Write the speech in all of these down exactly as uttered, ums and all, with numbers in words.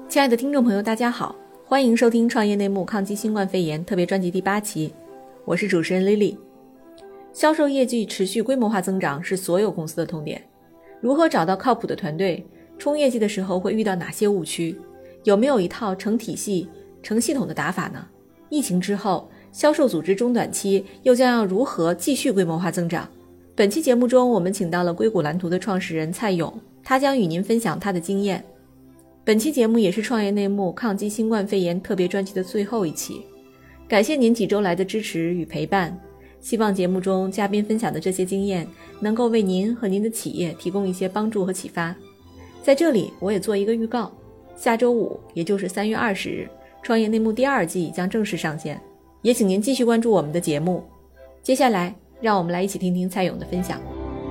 亲爱的听众朋友，大家好，欢迎收听创业内幕抗击新冠肺炎特别专辑第八期，我是主持人 Lily。 销售业绩持续规模化增长是所有公司的痛点，如何找到靠谱的团队？冲业绩的时候会遇到哪些误区？有没有一套成体系、成系统的打法呢？疫情之后，销售组织中短期又将要如何继续规模化增长？本期节目中，我们请到了硅谷蓝图的创始人蔡勇，他将与您分享他的经验。本期节目也是创业内幕抗击新冠肺炎特别专辑的最后一期，感谢您几周来的支持与陪伴，希望节目中嘉宾分享的这些经验能够为您和您的企业提供一些帮助和启发。在这里我也做一个预告，下周五也就是三月二十日，创业内幕第二季将正式上线，也请您继续关注我们的节目。接下来让我们来一起听听蔡勇的分享。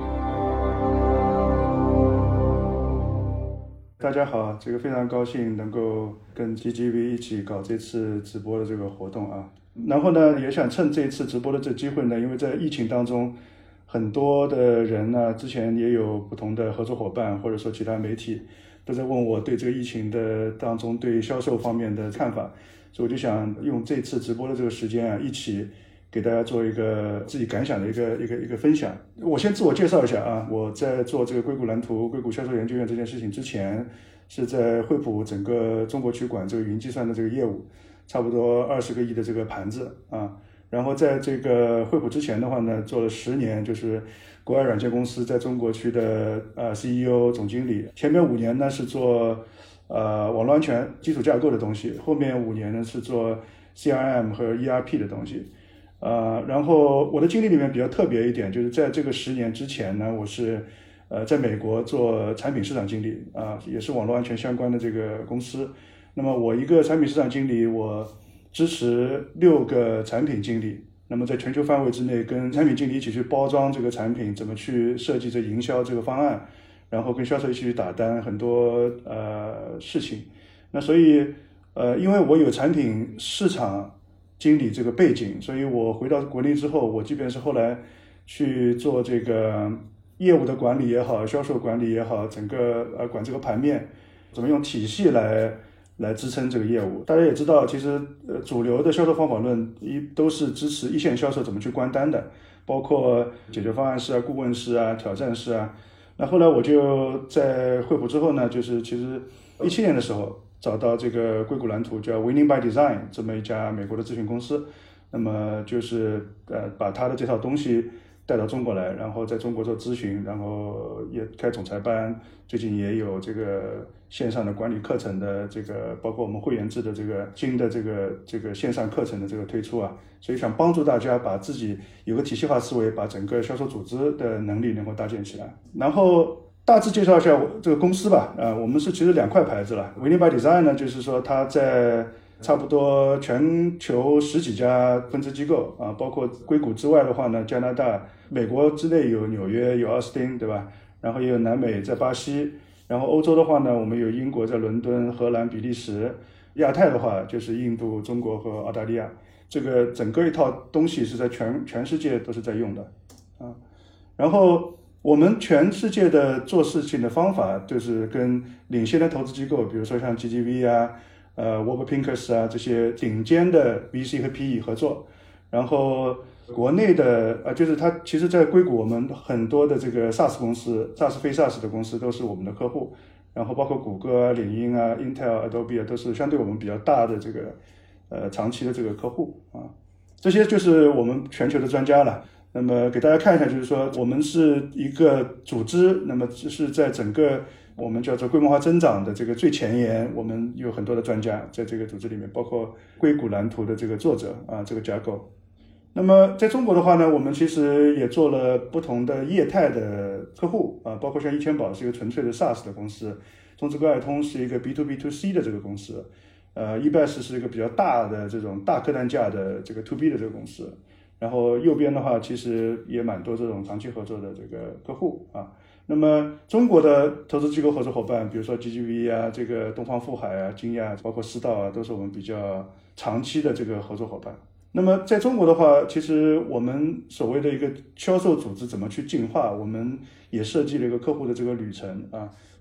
大家好，这个非常高兴能够跟 G G V 一起搞这次直播的这个活动啊。然后呢，也想趁这次直播的这机会呢，因为在疫情当中，很多的人呢，之前也有不同的合作伙伴或者说其他媒体都在问我对这个疫情的当中对销售方面的看法，所以我就想用这次直播的这个时间啊，一起给大家做一个自己感想的一个一个一个分享。我先自我介绍一下啊，我在做这个硅谷蓝图、硅谷销售研究院这件事情之前，是在惠普整个中国区管这个云计算的这个业务，差不多二十个亿的这个盘子啊。然后在这个惠普之前的话呢，做了十年，就是国外软件公司在中国区的呃 C E O 总经理。前面五年呢是做呃网络安全基础架构的东西，后面五年呢是做 C R M 和 E R P 的东西。呃，然后我的经历里面比较特别一点，就是在这个十年之前呢，我是呃在美国做产品市场经理啊、呃，也是网络安全相关的这个公司。那么我一个产品市场经理，我支持六个产品经理，那么在全球范围之内跟产品经理一起去包装这个产品，怎么去设计这营销这个方案，然后跟销售一起去打单，很多呃事情。那所以呃，因为我有产品市场经理这个背景，所以我回到国内之后，我即便是后来去做这个业务的管理也好，销售管理也好，整个呃管这个盘面，怎么用体系来来支撑这个业务。大家也知道，其实呃主流的销售方法论一都是支持一线销售怎么去关单的，包括解决方案师啊、顾问师啊、挑战师啊。那后来我就在惠普之后呢，就是其实一七年的时候找到这个硅谷蓝图，叫 Winning by Design 这么一家美国的咨询公司，那么就是呃把他的这套东西带到中国来，然后在中国做咨询，然后也开总裁班，最近也有这个线上的管理课程的这个，包括我们会员制的这个新的这个这个线上课程的这个推出啊，所以想帮助大家把自己有个体系化思维，把整个销售组织的能力能够搭建起来。然后大致介绍一下我这个公司吧，呃，我们是其实两块牌子了。Winning by Design 呢，就是说它在差不多全球十几家分支机构啊，包括硅谷之外的话呢，加拿大、美国之内有纽约、有奥斯汀，对吧？然后也有南美在巴西，然后欧洲的话呢，我们有英国在伦敦、荷兰、比利时，亚太的话就是印度、中国和澳大利亚。这个整个一套东西是在全全世界都是在用的啊，然后我们全世界的做事情的方法就是跟领先的投资机构，比如说像 G G V 啊、呃 Warburg Pincus 啊这些顶尖的 V C 和 P E 合作，然后国内的呃就是它其实在硅谷我们很多的这个 SaaS 公司、SaaS 非 SaaS 的公司都是我们的客户，然后包括谷歌啊、领英啊、Intel、Adobe 啊都是相对我们比较大的这个呃长期的这个客户啊，这些就是我们全球的专家了。那么给大家看一下，就是说我们是一个组织，那么是在整个我们叫做规模化增长的这个最前沿，我们有很多的专家在这个组织里面，包括硅谷蓝图的这个作者啊，这个架构。那么在中国的话呢，我们其实也做了不同的业态的客户啊，包括像易千宝是一个纯粹的 SaaS 的公司，中资高爱通是一个 B to B to C 的这个公司，呃 E B A S 是一个比较大的这种大客单价的这个 to B 的这个公司。然后右边的话其实也蛮多这种长期合作的这个客户啊。那么中国的投资机构合作伙伴，比如说 G G V 啊，这个东方富海啊、金亚，包括思道啊，都是我们比较长期的这个合作伙伴。那么在中国的话，其实我们所谓的一个销售组织怎么去进化，我们也设计了一个客户的这个旅程啊。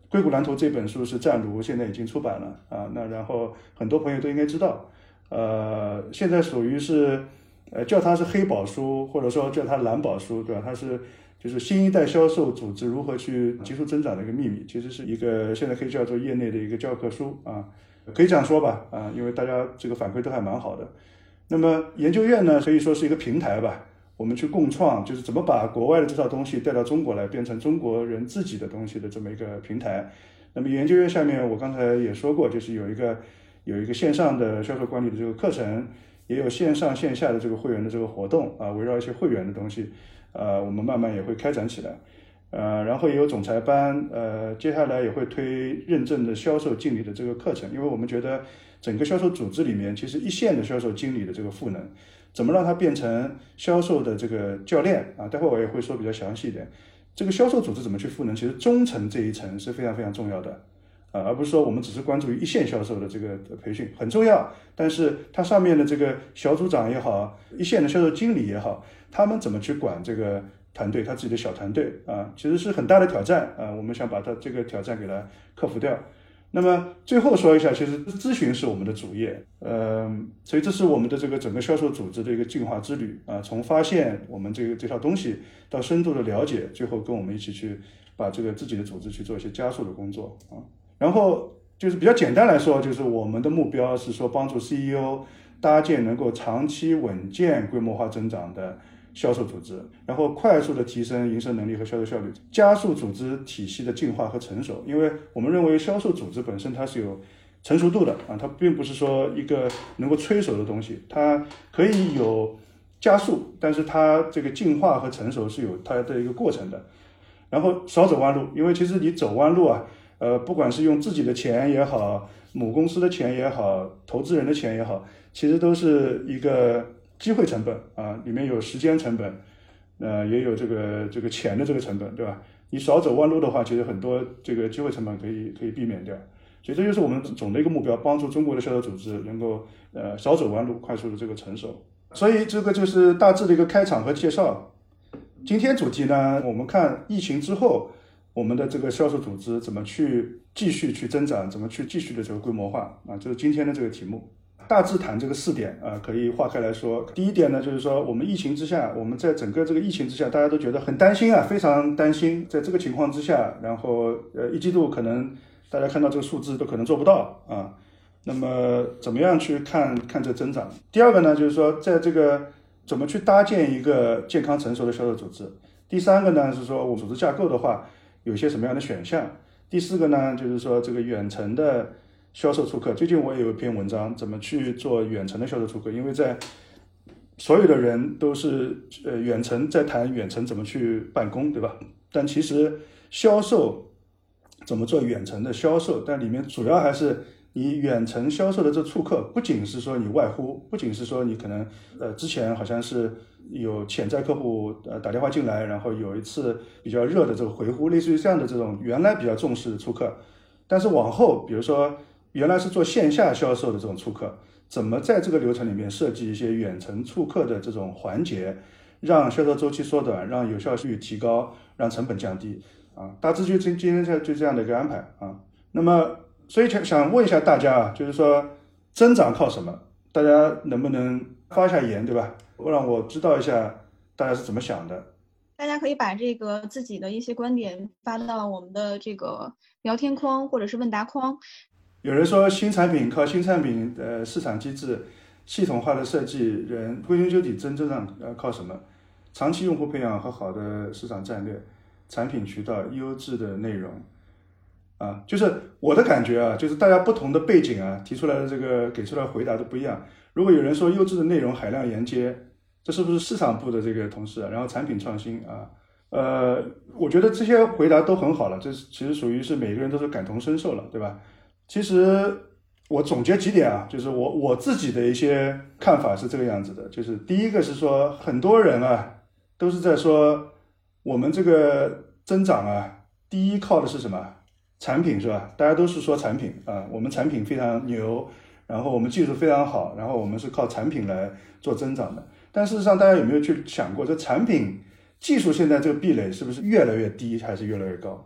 硅谷蓝图这本书是湛卢现在已经出版了啊，那然后很多朋友都应该知道，呃，现在属于是，呃，叫它是黑宝书，或者说叫它蓝宝书，对吧？它是就是新一代销售组织如何去急速增长的一个秘密，其实是一个现在可以叫做业内的一个教科书啊，可以这样说吧啊，因为大家这个反馈都还蛮好的。那么研究院呢，可以说是一个平台吧。我们去共创，就是怎么把国外的这套东西带到中国来，变成中国人自己的东西的这么一个平台。那么研究院下面，我刚才也说过，就是有一个有一个线上的销售管理的这个课程，也有线上线下的这个会员的这个活动啊，围绕一些会员的东西，呃，我们慢慢也会开展起来。呃，然后也有总裁班，呃，接下来也会推认证的销售经理的这个课程，因为我们觉得整个销售组织里面，其实一线的销售经理的这个赋能。怎么让它变成销售的这个教练啊？待会我也会说比较详细一点。这个销售组织怎么去赋能？其实中层这一层是非常非常重要的啊，而不是说我们只是关注于一线销售的这个培训，很重要。但是它上面的这个小组长也好，一线的销售经理也好，他们怎么去管这个团队，他自己的小团队啊，其实是很大的挑战啊。我们想把它这个挑战给它克服掉。那么最后说一下，其实咨询是我们的主业，呃，所以这是我们的这个整个销售组织的一个进化之旅啊，从发现我们这个这套东西到深度的了解，最后跟我们一起去把这个自己的组织去做一些加速的工作啊。然后就是比较简单来说，就是我们的目标是说帮助 C E O 搭建能够长期稳健规模化增长的销售组织，然后快速的提升营收能力和销售效率，加速组织体系的进化和成熟。因为我们认为销售组织本身它是有成熟度的啊，它并不是说一个能够催熟的东西，它可以有加速，但是它这个进化和成熟是有它的一个过程的。然后少走弯路，因为其实你走弯路啊，呃，不管是用自己的钱也好，母公司的钱也好，投资人的钱也好，其实都是一个机会成本啊，里面有时间成本，呃，也有这个这个钱的这个成本，对吧？你少走弯路的话，其实很多这个机会成本可以可以避免掉。所以这就是我们总的一个目标，帮助中国的销售组织能够呃少走弯路，快速的这个成熟。所以这个就是大致的一个开场和介绍。今天主题呢，我们看疫情之后，我们的这个销售组织怎么去继续去增长，怎么去继续的这个规模化啊，这是今天的这个题目。大致谈这个四点啊，可以划开来说。第一点呢，就是说我们疫情之下，我们在整个这个疫情之下，大家都觉得很担心啊，非常担心。在这个情况之下，然后呃一季度可能大家看到这个数字都可能做不到啊。那么怎么样去看看这增长？第二个呢，就是说在这个怎么去搭建一个健康成熟的销售组织？第三个呢是说我们组织架构的话有些什么样的选项？第四个呢就是说这个远程的销售出客，最近我也有一篇文章，怎么去做远程的销售出客？因为在所有的人都是呃远程在谈远程怎么去办公，对吧？但其实销售怎么做远程的销售，但里面主要还是你远程销售的这触客，不仅是说你外呼，不仅是说你可能呃之前好像是有潜在客户呃打电话进来，然后有一次比较热的这个回呼，类似于这样的这种原来比较重视的触客，但是往后比如说原来是做线下销售的这种触客，怎么在这个流程里面设计一些远程触客的这种环节，让销售周期缩短，让有效率提高，让成本降低啊，大致就今今天就这样的一个安排啊。那么所以想问一下大家啊，就是说增长靠什么？大家能不能发一下言，对吧？让我知道一下大家是怎么想的。 大家可以把这个自己的一些观点发到我们的这个聊天框或者是问答框。 有人说新产品靠新产品的市场机制、系统化的设计，人归根究底真正上呃靠什么？长期用户培养和好的市场战略、产品渠道、优质的内容。啊，就是我的感觉啊，就是大家不同的背景啊，提出来的这个给出来的回答都不一样。如果有人说优质的内容海量沿接，这是不是市场部的这个同事啊？然后产品创新啊，呃，我觉得这些回答都很好了，这其实属于是每个人都是感同身受了，对吧？其实我总结几点啊，就是我我自己的一些看法是这个样子的，就是第一个是说，很多人啊都是在说我们这个增长啊，第一靠的是什么？产品是吧？大家都是说产品啊，我们产品非常牛，然后我们技术非常好，然后我们是靠产品来做增长的。但事实上，大家有没有去想过，这产品技术现在这个壁垒是不是越来越低，还是越来越高？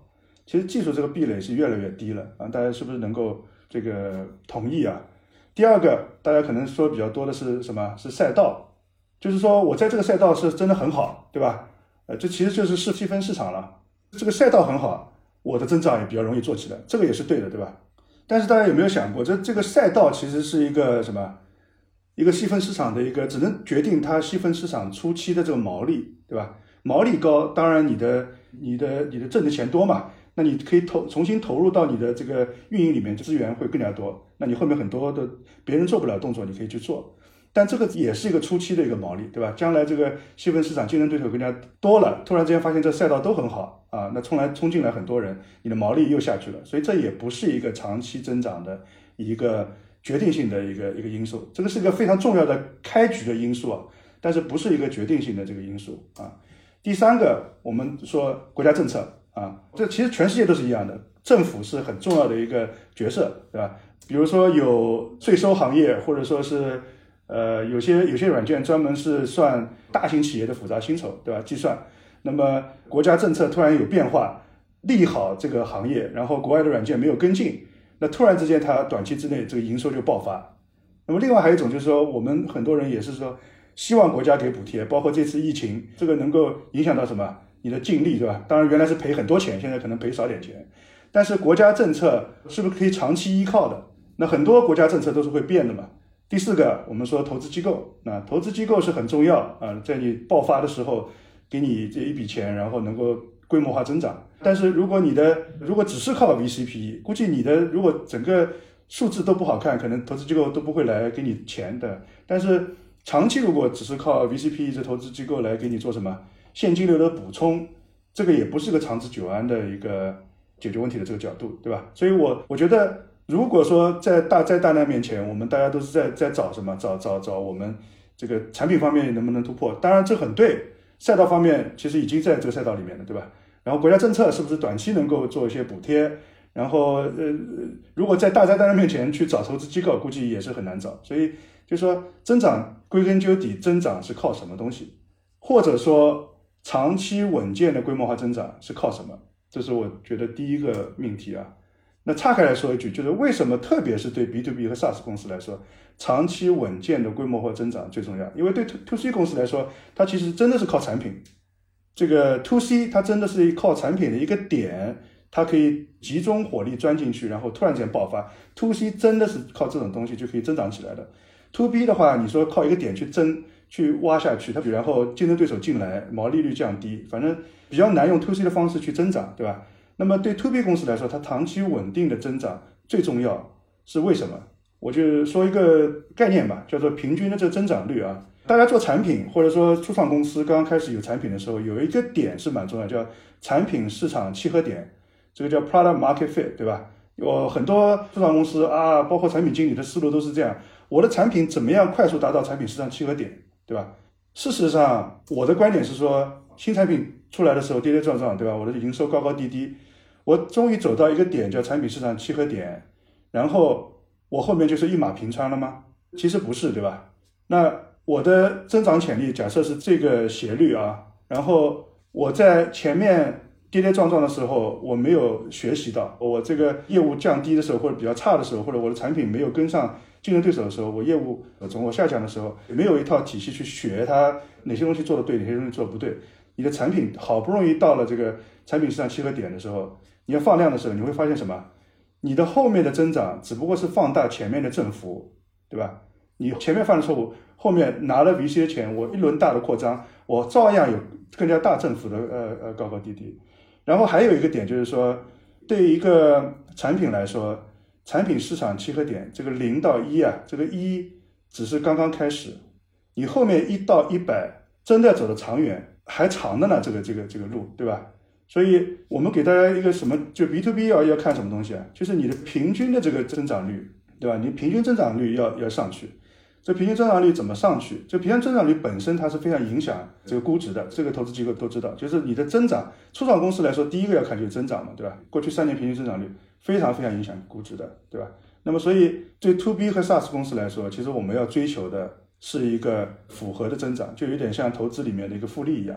其实技术这个壁垒是越来越低了啊，大家是不是能够这个同意啊？第二个，大家可能说比较多的是什么？是赛道，就是说我在这个赛道是真的很好，对吧？呃，这其实就是是细分市场了。这个赛道很好，我的增长也比较容易做起来，这个也是对的，对吧？但是大家有没有想过，这这个赛道其实是一个什么？一个细分市场的一个只能决定它细分市场初期的这个毛利，对吧？毛利高，当然你的你的你的挣的钱多嘛，那你可以投重新投入到你的这个运营里面，资源会更加多。那你后面很多的别人做不了动作，你可以去做。但这个也是一个初期的一个毛利，对吧？将来这个细分市场竞争对手更加多了，突然之间发现这赛道都很好啊，那冲来冲进来很多人，你的毛利又下去了，所以这也不是一个长期增长的一个决定性的一个一个因素，这个是一个非常重要的开局的因素啊，但是不是一个决定性的这个因素啊。第三个，我们说国家政策啊，这其实全世界都是一样的，政府是很重要的一个角色，对吧？比如说有税收行业，或者说是呃有些有些软件专门是算大型企业的复杂薪酬，对吧？计算，那么国家政策突然有变化，利好这个行业，然后国外的软件没有跟进。那突然之间，它短期之内这个营收就爆发。那么另外还有一种就是说，我们很多人也是说，希望国家给补贴，包括这次疫情，这个能够影响到什么？你的净利，对吧？当然原来是赔很多钱，现在可能赔少点钱。但是国家政策是不是可以长期依靠的？那很多国家政策都是会变的嘛。第四个，我们说投资机构，那投资机构是很重要啊，在你爆发的时候，给你这一笔钱，然后能够规模化增长。但是如果你的如果只是靠 V C P E， 估计你的如果整个数字都不好看，可能投资机构都不会来给你钱的。但是长期如果只是靠 V C P E 这投资机构来给你做什么现金流的补充，这个也不是个长治久安的一个解决问题的这个角度，对吧？所以我我觉得，如果说在大在大难面前，我们大家都是在在找什么，找找找我们这个产品方面能不能突破？当然这很对，赛道方面其实已经在这个赛道里面了，对吧？然后国家政策是不是短期能够做一些补贴？然后呃，如果在大灾难面前去找投资机构，估计也是很难找。所以就说增长归根究底，增长是靠什么东西？或者说长期稳健的规模化增长是靠什么？这是我觉得第一个命题啊。那岔开来说一句，就是为什么特别是对 B to B 和 SaaS 公司来说，长期稳健的规模化增长最重要？因为对 To C 公司来说，它其实真的是靠产品。这个 To C 它真的是靠产品的一个点，它可以集中火力钻进去，然后突然间爆发。To C 真的是靠这种东西就可以增长起来的。To B 的话，你说靠一个点去增去挖下去，它比然后竞争对手进来，毛利率降低，反正比较难用 To C 的方式去增长，对吧？那么对 To B 公司来说，它长期稳定的增长最重要是为什么？我就说一个概念吧，叫做平均的这个增长率啊。大家做产品或者说初创公司刚刚开始有产品的时候，有一个点是蛮重要，叫产品市场契合点，这个叫 product market fit， 对吧？有很多初创公司啊，包括产品经理的思路都是这样，我的产品怎么样快速达到产品市场契合点，对吧？事实上，我的观点是说，新产品出来的时候跌跌撞撞，对吧？我的营收高高低低，我终于走到一个点叫产品市场契合点，然后我后面就是一马平川了吗？其实不是，对吧？那我的增长潜力假设是这个斜率啊，然后我在前面跌跌撞撞的时候，我没有学习到，我这个业务降低的时候，或者比较差的时候，或者我的产品没有跟上竞争对手的时候，我业务总额下降的时候，没有一套体系去学它哪些东西做得对，哪些东西做得不对。你的产品好不容易到了这个产品市场契合点的时候，你要放量的时候，你会发现什么？你的后面的增长只不过是放大前面的振幅，对吧？你前面犯了错误，后面拿了 V C 的钱，我一轮大的扩张，我照样有更加大振幅的呃呃高高低低。然后还有一个点就是说，对于一个产品来说，产品市场契合点这个零到一啊，这个一只是刚刚开始，你后面一到一百真的走得长远还长的呢，这个这个这个路，对吧？所以我们给大家一个什么，就 B to B 要要看什么东西啊？就是你的平均的这个增长率，对吧？你平均增长率要要上去。这平均增长率怎么上去？这平均增长率本身它是非常影响这个估值的，这个投资机构都知道。就是你的增长，初创公司来说，第一个要看就是增长嘛，对吧？过去三年平均增长率非常非常影响估值的，对吧？那么所以对 To B 和 SaaS 公司来说，其实我们要追求的是一个复合的增长，就有点像投资里面的一个复利一样的，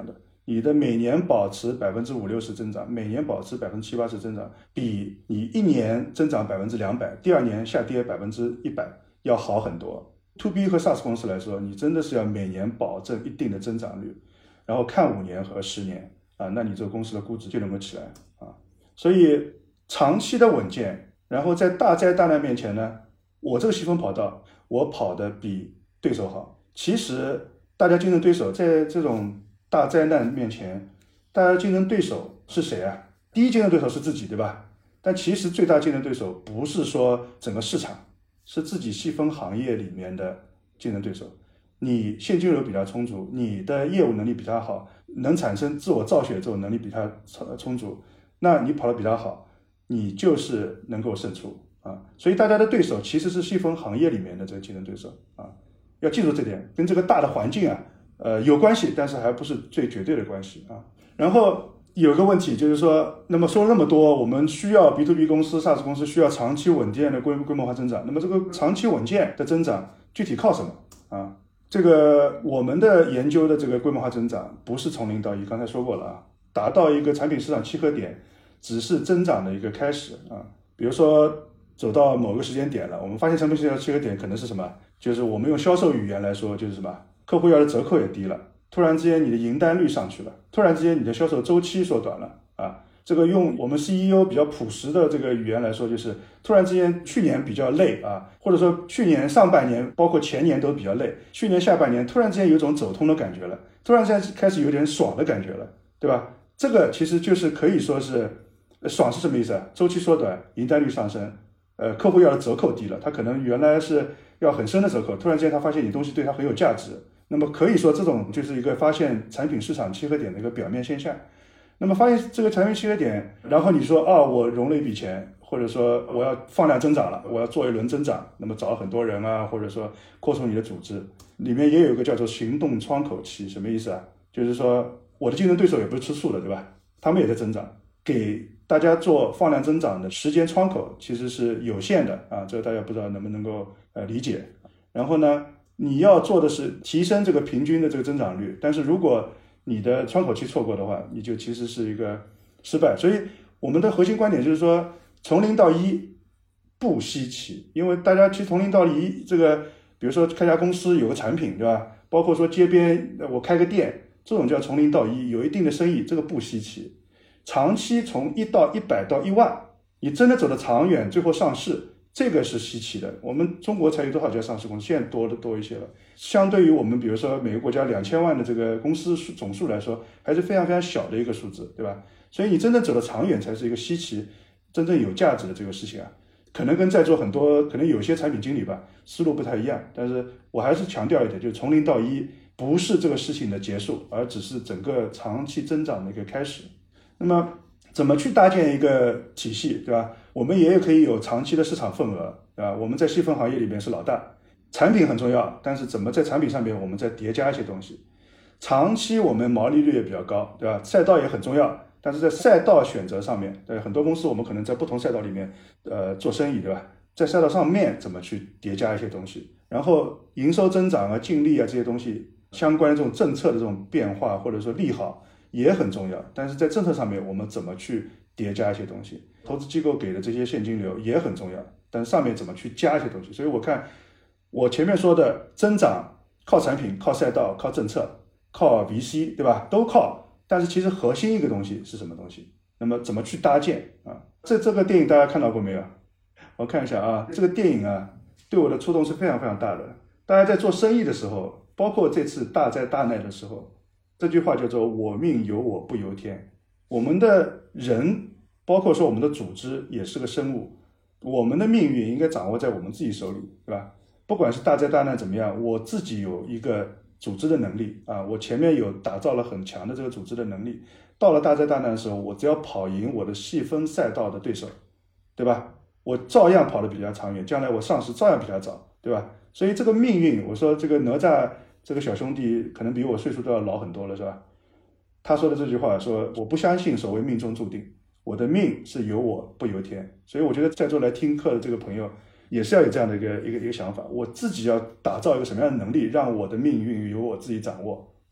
你的每年保持百分之五六十增长，每年保持百分之七八十增长，比你一年增长百分之两百，第二年下跌百分之一百要好很多。to B 和 SaaS 公司来说，你真的是要每年保证一定的增长率，然后看五年和十年啊，那你这个公司的估值就能够起来啊。所以长期的稳健，然后在大灾大难面前呢，我这个细分跑道我跑得比对手好。其实大家竞争对手在这种大灾难面前，大家竞争对手是谁啊？第一竞争对手是自己，对吧？但其实最大竞争对手不是说整个市场，是自己细分行业里面的竞争对手。你现金流比较充足，你的业务能力比他好，能产生自我造血这种能力比他充足，那你跑得比他好，你就是能够胜出啊。所以大家的对手其实是细分行业里面的这个竞争对手啊，要记住这点，跟这个大的环境啊，呃有关系，但是还不是最绝对的关系啊。然后有个问题就是说，那么说了那么多，我们需要 B to B 公司、SaaS 公司需要长期稳健的规规模化增长。那么这个长期稳健的增长具体靠什么啊？这个我们的研究的这个规模化增长不是从零到一，刚才说过了啊，达到一个产品市场契合点，只是增长的一个开始啊。比如说走到某个时间点了，我们发现产品市场契合点可能是什么？就是我们用销售语言来说，就是什么？客户要的折扣也低了。突然之间你的赢单率上去了，突然之间你的销售周期缩短了啊！这个用我们 C E O 比较朴实的这个语言来说，就是突然之间去年比较累啊，或者说去年上半年包括前年都比较累，去年下半年突然之间有种走通的感觉了，突然之间开始有点爽的感觉了，对吧？这个其实就是可以说是爽是什么意思啊？周期缩短，赢单率上升，呃，客户要的折扣低了，他可能原来是要很深的折扣，突然之间他发现你东西对他很有价值。那么可以说这种就是一个发现产品市场契合点的一个表面现象。那么发现这个产品契合点，然后你说哦，我融了一笔钱，或者说我要放量增长了，我要做一轮增长，那么找了很多人啊，或者说扩充你的组织，里面也有一个叫做行动窗口期，什么意思啊？就是说我的竞争对手也不是吃素的，对吧？他们也在增长，给大家做放量增长的时间窗口其实是有限的啊，这个大家不知道能不能够呃理解。然后呢，你要做的是提升这个平均的这个增长率，但是如果你的窗口期错过的话，你就其实是一个失败。所以我们的核心观点就是说，从零到一不稀奇，因为大家其实从零到一，这个比如说开家公司有个产品，对吧？包括说街边我开个店，这种叫从零到一，有一定的生意，这个不稀奇。长期从一到一百到一万，你真的走得长远，最后上市。这个是稀奇的，我们中国才有多少家上市公司？现在多的多一些了。相对于我们比如说每个国家两千万的这个公司总数来说，还是非常非常小的一个数字，对吧？所以你真正走得长远才是一个稀奇、真正有价值的这个事情啊。可能跟在座很多可能有些产品经理吧思路不太一样，但是我还是强调一点，就是从零到一不是这个事情的结束，而只是整个长期增长的一个开始。那么怎么去搭建一个体系，对吧？我们也可以有长期的市场份额，对吧？我们在细分行业里面是老大，产品很重要，但是怎么在产品上面我们再叠加一些东西。长期我们毛利率也比较高，对吧？赛道也很重要，但是在赛道选择上面，对很多公司我们可能在不同赛道里面呃做生意，对吧？在赛道上面怎么去叠加一些东西，然后营收增长啊、净利啊这些东西相关的这种政策的这种变化或者说利好也很重要，但是在政策上面我们怎么去叠加一些东西，投资机构给的这些现金流也很重要，但是上面怎么去加一些东西。所以我看我前面说的增长靠产品、靠赛道、靠政策、靠 V C， 对吧？都靠，但是其实核心一个东西是什么东西？那么怎么去搭建啊？这这个电影大家看到过没有？我看一下啊，这个电影啊对我的触动是非常非常大的。大家在做生意的时候，包括这次大灾大难的时候，这句话叫做我命由我不由天。我们的人包括说我们的组织也是个生物，我们的命运应该掌握在我们自己手里，对吧？不管是大灾大难怎么样，我自己有一个组织的能力啊，我前面有打造了很强的这个组织的能力，到了大灾大难的时候，我只要跑赢我的细分赛道的对手，对吧？我照样跑得比较长远，将来我上市照样比较早，对吧？所以这个命运，我说这个哪吒这个小兄弟可能比我岁数都要老很多了，是吧？他说的这句话说，我不相信所谓命中注定，我的命是由我不由天。所以我觉得在座来听课的这个朋友也是要有这样的一个一个一个想法，我自己要打造一个什么样的能力，让我的命运由我自己掌握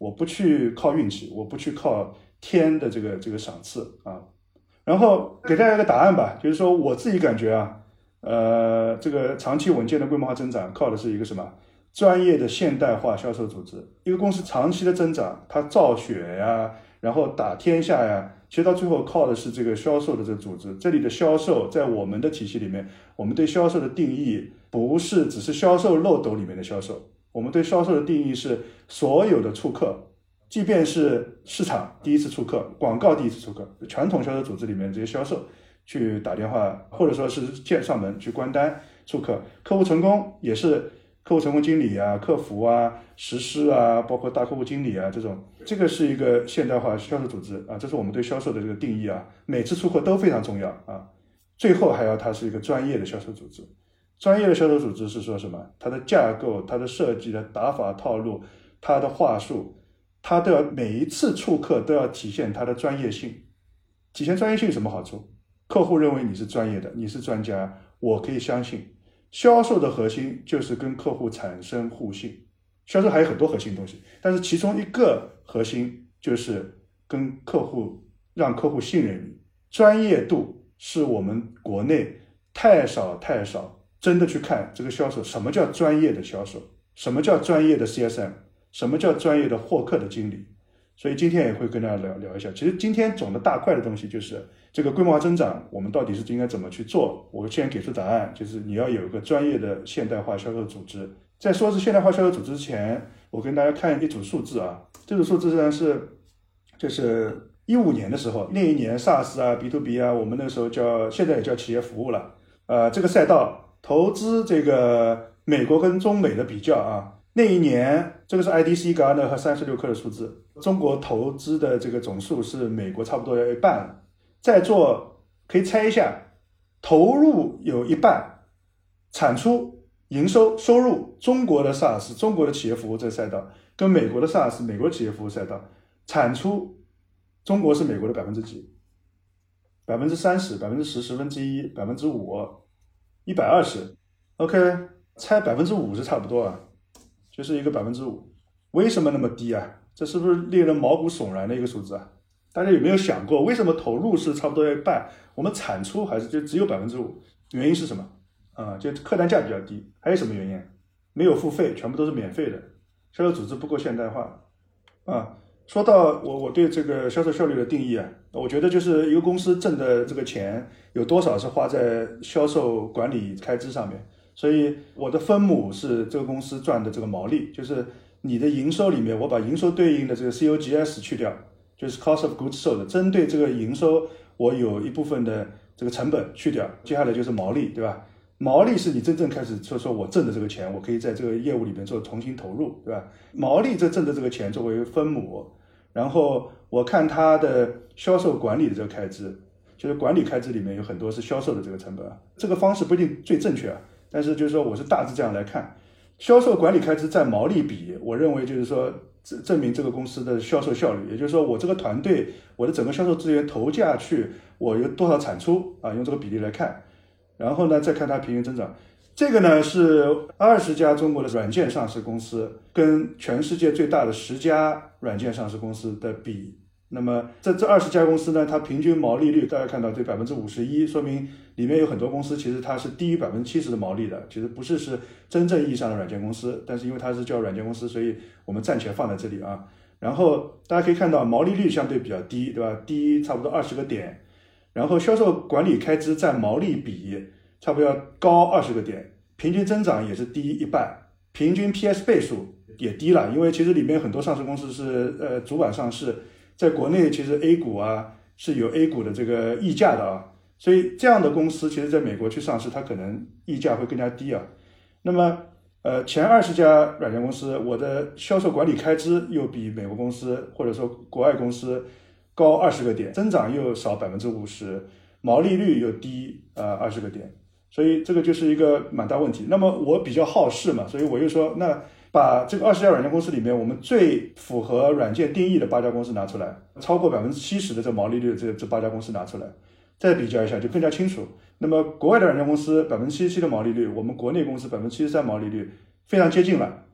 我不去靠运气，我不去靠天的这个这个赏赐啊。然后给大家一个答案吧，就是说我自己感觉啊，呃，这个长期稳健的规模化增长靠的是一个什么？专业的现代化销售组织。一个公司长期的增长，它造血呀，然后打天下呀，其实到最后靠的是这个销售的这个组织。这里的销售在我们的体系里面，我们对销售的定义不是只是销售漏斗里面的销售，我们对销售的定义是所有的触客，即便是市场第一次触客，广告第一次触客，传统销售组织里面这些销售去打电话，或者说是见上门去关单触客，客户成功也是客户成功经理啊、客服啊、实施啊，包括大客户经理啊，这种，这个是一个现代化销售组织啊，这是我们对销售的这个定义啊。每次触客都非常重要啊，最后还要它是一个专业的销售组织。专业的销售组织是说什么？它的架构、它的设计的打法套路、它的话术，它都要每一次触客都要体现它的专业性。体现专业性有什么好处？客户认为你是专业的，你是专家，我可以相信。销售的核心就是跟客户产生互信，销售还有很多核心东西，但是其中一个核心就是跟客户，让客户信任你。专业度是我们国内太少太少真的去看这个销售，什么叫专业的销售，什么叫专业的 C S M， 什么叫专业的获客的经理。所以今天也会跟大家聊聊一下，其实今天总的大块的东西就是这个规模化增长，我们到底是应该怎么去做。我现在给出答案，就是你要有一个专业的现代化销售组织。在说是现代化销售组织之前，我跟大家看一组数字啊，这组数字呢是就是一五年的时候，那一年 SaaS 啊 B to B 啊，我们那时候叫，现在也叫企业服务了，呃，这个赛道投资这个美国跟中美的比较啊。那一年，这个是 I D C Gartner 和三十六氪的数字，中国投资的这个总数是美国差不多要一半了。在座可以猜一下，投入有一半，产出、营收、收入，中国的 SaaS， 中国的企业服务这个赛道，跟美国的 SaaS， 美国企业服务赛道，产出，中国是美国的百分之几？百分之三十、百分之十、十分之一、百分之五、一百二十。OK， 猜百分之五是差不多啊。就是一个百分之五，为什么那么低啊？这是不是令人毛骨悚然的一个数字啊？大家有没有想过，为什么投入是差不多一半，我们产出还是就只有百分之五？原因是什么？啊、嗯，就客单价比较低。还有什么原因？没有付费，全部都是免费的，销售组织不够现代化啊。说到我我对这个销售效率的定义啊，我觉得就是一个公司挣的这个钱有多少是花在销售管理开支上面。所以我的分母是这个公司赚的这个毛利，就是你的营收里面，我把营收对应的这个 C O G S 去掉，就是 Cost of Goods Sold， 针对这个营收，我有一部分的这个成本去掉，接下来就是毛利，对吧？毛利是你真正开始说说我挣的这个钱，我可以在这个业务里面做重新投入，对吧？毛利这挣的这个钱作为分母，然后我看它的销售管理的这个开支，就是管理开支里面有很多是销售的这个成本，这个方式不一定最正确啊。但是就是说我是大致这样来看，销售管理开支占毛利比，我认为就是说证明这个公司的销售效率，也就是说我这个团队，我的整个销售资源投下去，我有多少产出啊，用这个比例来看，然后呢再看它平均增长。这个呢是二十家中国的软件上市公司跟全世界最大的十家软件上市公司的比。那么这这二十家公司呢，它平均毛利率大家看到这百分之五十一，说明里面有很多公司其实它是低于百分之七十的毛利的，其实不是是真正意义上的软件公司，但是因为它是叫软件公司，所以我们暂且放在这里啊。然后大家可以看到毛利率相对比较低，对吧？低差不多二十个点，然后销售管理开支占毛利比差不多要高二十个点，平均增长也是低一半，平均 P S 倍数也低了，因为其实里面很多上市公司是呃主板上市。在国内其实 A 股啊是有 A 股的这个溢价的啊，所以这样的公司其实在美国去上市，它可能溢价会更加低啊。那么呃前二十家软件公司，我的销售管理开支又比美国公司或者说国外公司高二十个点，增长又少百分之五十，毛利率又低呃二十个点，所以这个就是一个蛮大问题。那么我比较好事嘛，所以我就说那。把这个二十家软件公司里面，我们最符合软件定义的八家公司拿出来，超过百分之七十的这毛利率的这这八家公司拿出来，再比较一下就更加清楚。那么国外的软件公司百分之七十七的毛利率，我们国内公司百分之七十三毛利率，非常接近了。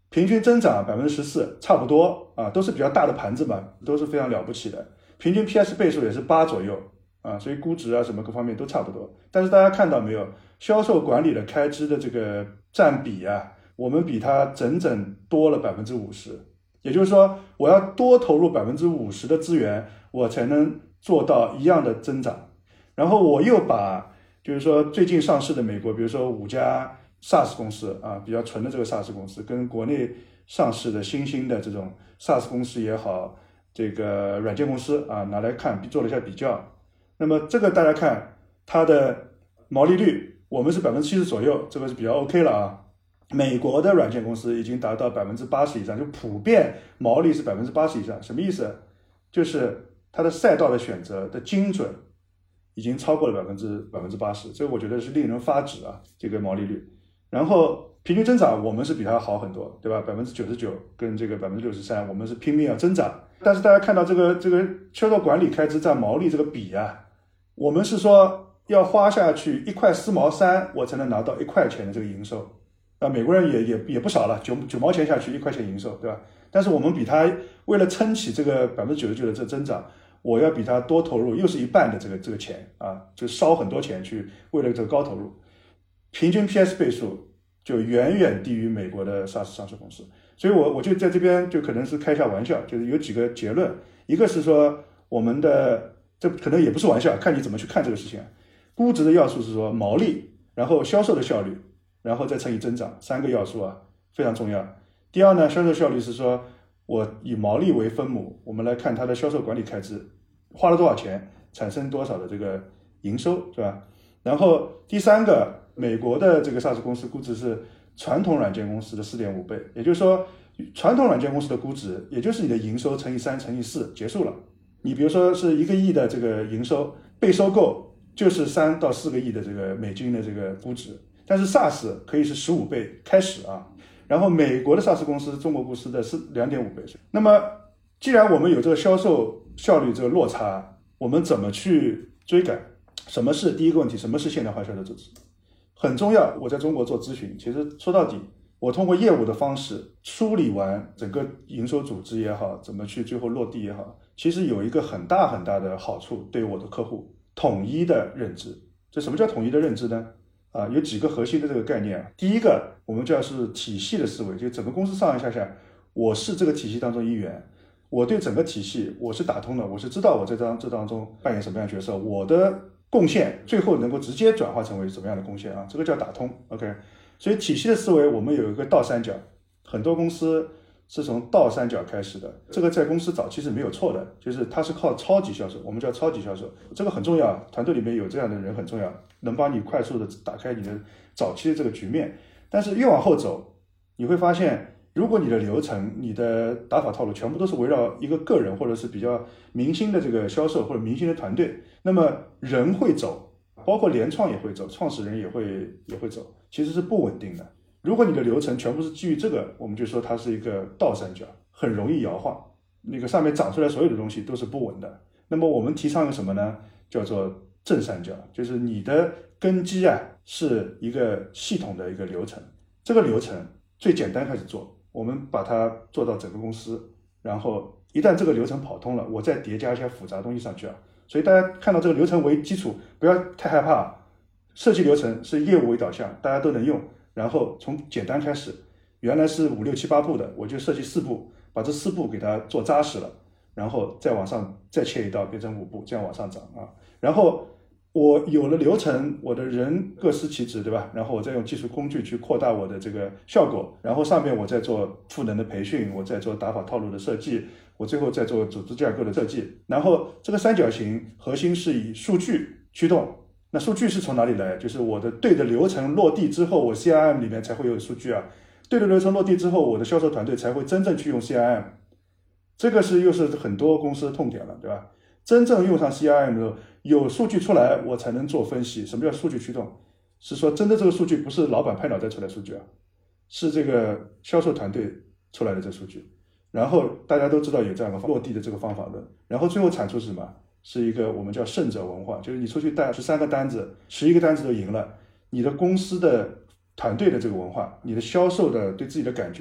平均增长百分之十四，差不多啊，都是比较大的盘子嘛，都是非常了不起的。平均 P S 倍数也是八左右啊，所以估值啊什么各方面都差不多。但是大家看到没有，销售管理的开支的这个占比啊，我们比它整整多了百分之五十。也就是说，我要多投入百分之五十的资源，我才能做到一样的增长。然后我又把，就是说最近上市的美国，比如说五家 SaaS 公司啊，比较纯的这个 SaaS 公司，跟国内上市的新兴的这种 SaaS 公司也好，这个软件公司啊，拿来看，做了一下比较。那么这个大家看它的毛利率，我们是百分之七十左右，这个是比较 OK 了啊。美国的软件公司已经达到百分之八十以上，就普遍毛利是百分之八十以上。什么意思？就是它的赛道的选择的精准已经超过了百分之百分之八十，这个我觉得是令人发指啊，这个毛利率。然后平均增长我们是比它好很多，对吧？百分之九十九跟这个百分之六十三，我们是拼命要增长。但是大家看到这个这个销售管理开支占毛利这个比啊，我们是说要花下去一块四毛三，我才能拿到一块钱的这个营收。啊，美国人也也也不少了，九九毛钱下去一块钱营收，对吧？但是我们比他为了撑起这个百分之九十九的这增长，我要比他多投入又是一半的这个这个钱啊，就烧很多钱去为了这个高投入，平均 P S 倍数就远远低于美国的 SaaS 上市公司。所以我我就在这边就可能是开一下玩笑，就是有几个结论，一个是说我们的这可能也不是玩笑，看你怎么去看这个事情。估值的要素是说毛利，然后销售的效率，然后再乘以增长，三个要素啊非常重要。第二呢，销售效率是说我以毛利为分母，我们来看它的销售管理开支花了多少钱，产生多少的这个营收，是吧？然后第三个，美国的这个 SaaS 公司估值是传统软件公司的 四点五倍，也就是说传统软件公司的估值也就是你的营收乘以三乘以四结束了。你比如说是一个亿的这个营收被收购，就是三到四个亿的这个美金的这个估值。但是 SaaS 可以是十五倍开始啊，然后美国的 SaaS 公司中国公司的是 两点五倍。那么既然我们有这个销售效率这个落差，我们怎么去追赶？什么是第一个问题？什么是现代化销售组织？很重要。我在中国做咨询，其实说到底，我通过业务的方式梳理完整个营收组织也好，怎么去最后落地也好，其实有一个很大很大的好处，对于我的客户，统一的认知。这什么叫统一的认知呢？啊，有几个核心的这个概念啊。第一个，我们叫是体系的思维，就整个公司上上下下，我是这个体系当中一员，我对整个体系我是打通的，我是知道我在这当这当中扮演什么样的角色，我的贡献最后能够直接转化成为什么样的贡献啊？这个叫打通。OK， 所以体系的思维，我们有一个倒三角，很多公司是从倒三角开始的，这个在公司早期是没有错的，就是它是靠超级销售，我们叫超级销售，这个很重要，团队里面有这样的人很重要，能帮你快速的打开你的早期的这个局面。但是越往后走，你会发现，如果你的流程、你的打法套路全部都是围绕一个个人或者是比较明星的这个销售或者明星的团队，那么人会走，包括联创也会走，创始人也会也会走，其实是不稳定的。如果你的流程全部是基于这个，我们就说它是一个倒三角，很容易摇晃，那个上面长出来所有的东西都是不稳的。那么我们提倡一个什么呢？叫做正三角，就是你的根基啊是一个系统的一个流程，这个流程最简单开始做，我们把它做到整个公司，然后一旦这个流程跑通了，我再叠加一些复杂东西上去啊。所以大家看到这个流程为基础，不要太害怕，设计流程是业务为导向，大家都能用。然后从简单开始，原来是五六七八步的，我就设计四步，把这四步给它做扎实了，然后再往上再切一道变成五步，这样往上涨啊。然后我有了流程，我的人各司其职，对吧？然后我再用技术工具去扩大我的这个效果，然后上面我再做赋能的培训，我再做打法套路的设计，我最后再做组织架构的设计。然后这个三角形核心是以数据驱动。那数据是从哪里来？就是我的对的流程落地之后，我 C R M 里面才会有数据啊。对的流程落地之后，我的销售团队才会真正去用 C R M。这个是又是很多公司的痛点了，对吧？真正用上 C R M 的时候，有数据出来，我才能做分析。什么叫数据驱动？是说真的这个数据不是老板拍脑袋出来数据啊，是这个销售团队出来的这数据。然后大家都知道有这样的落地的这个方法论，然后最后产出是什么？是一个我们叫胜者文化，就是你出去带十三个单子，十一个单子都赢了，你的公司的团队的这个文化，你的销售的对自己的感觉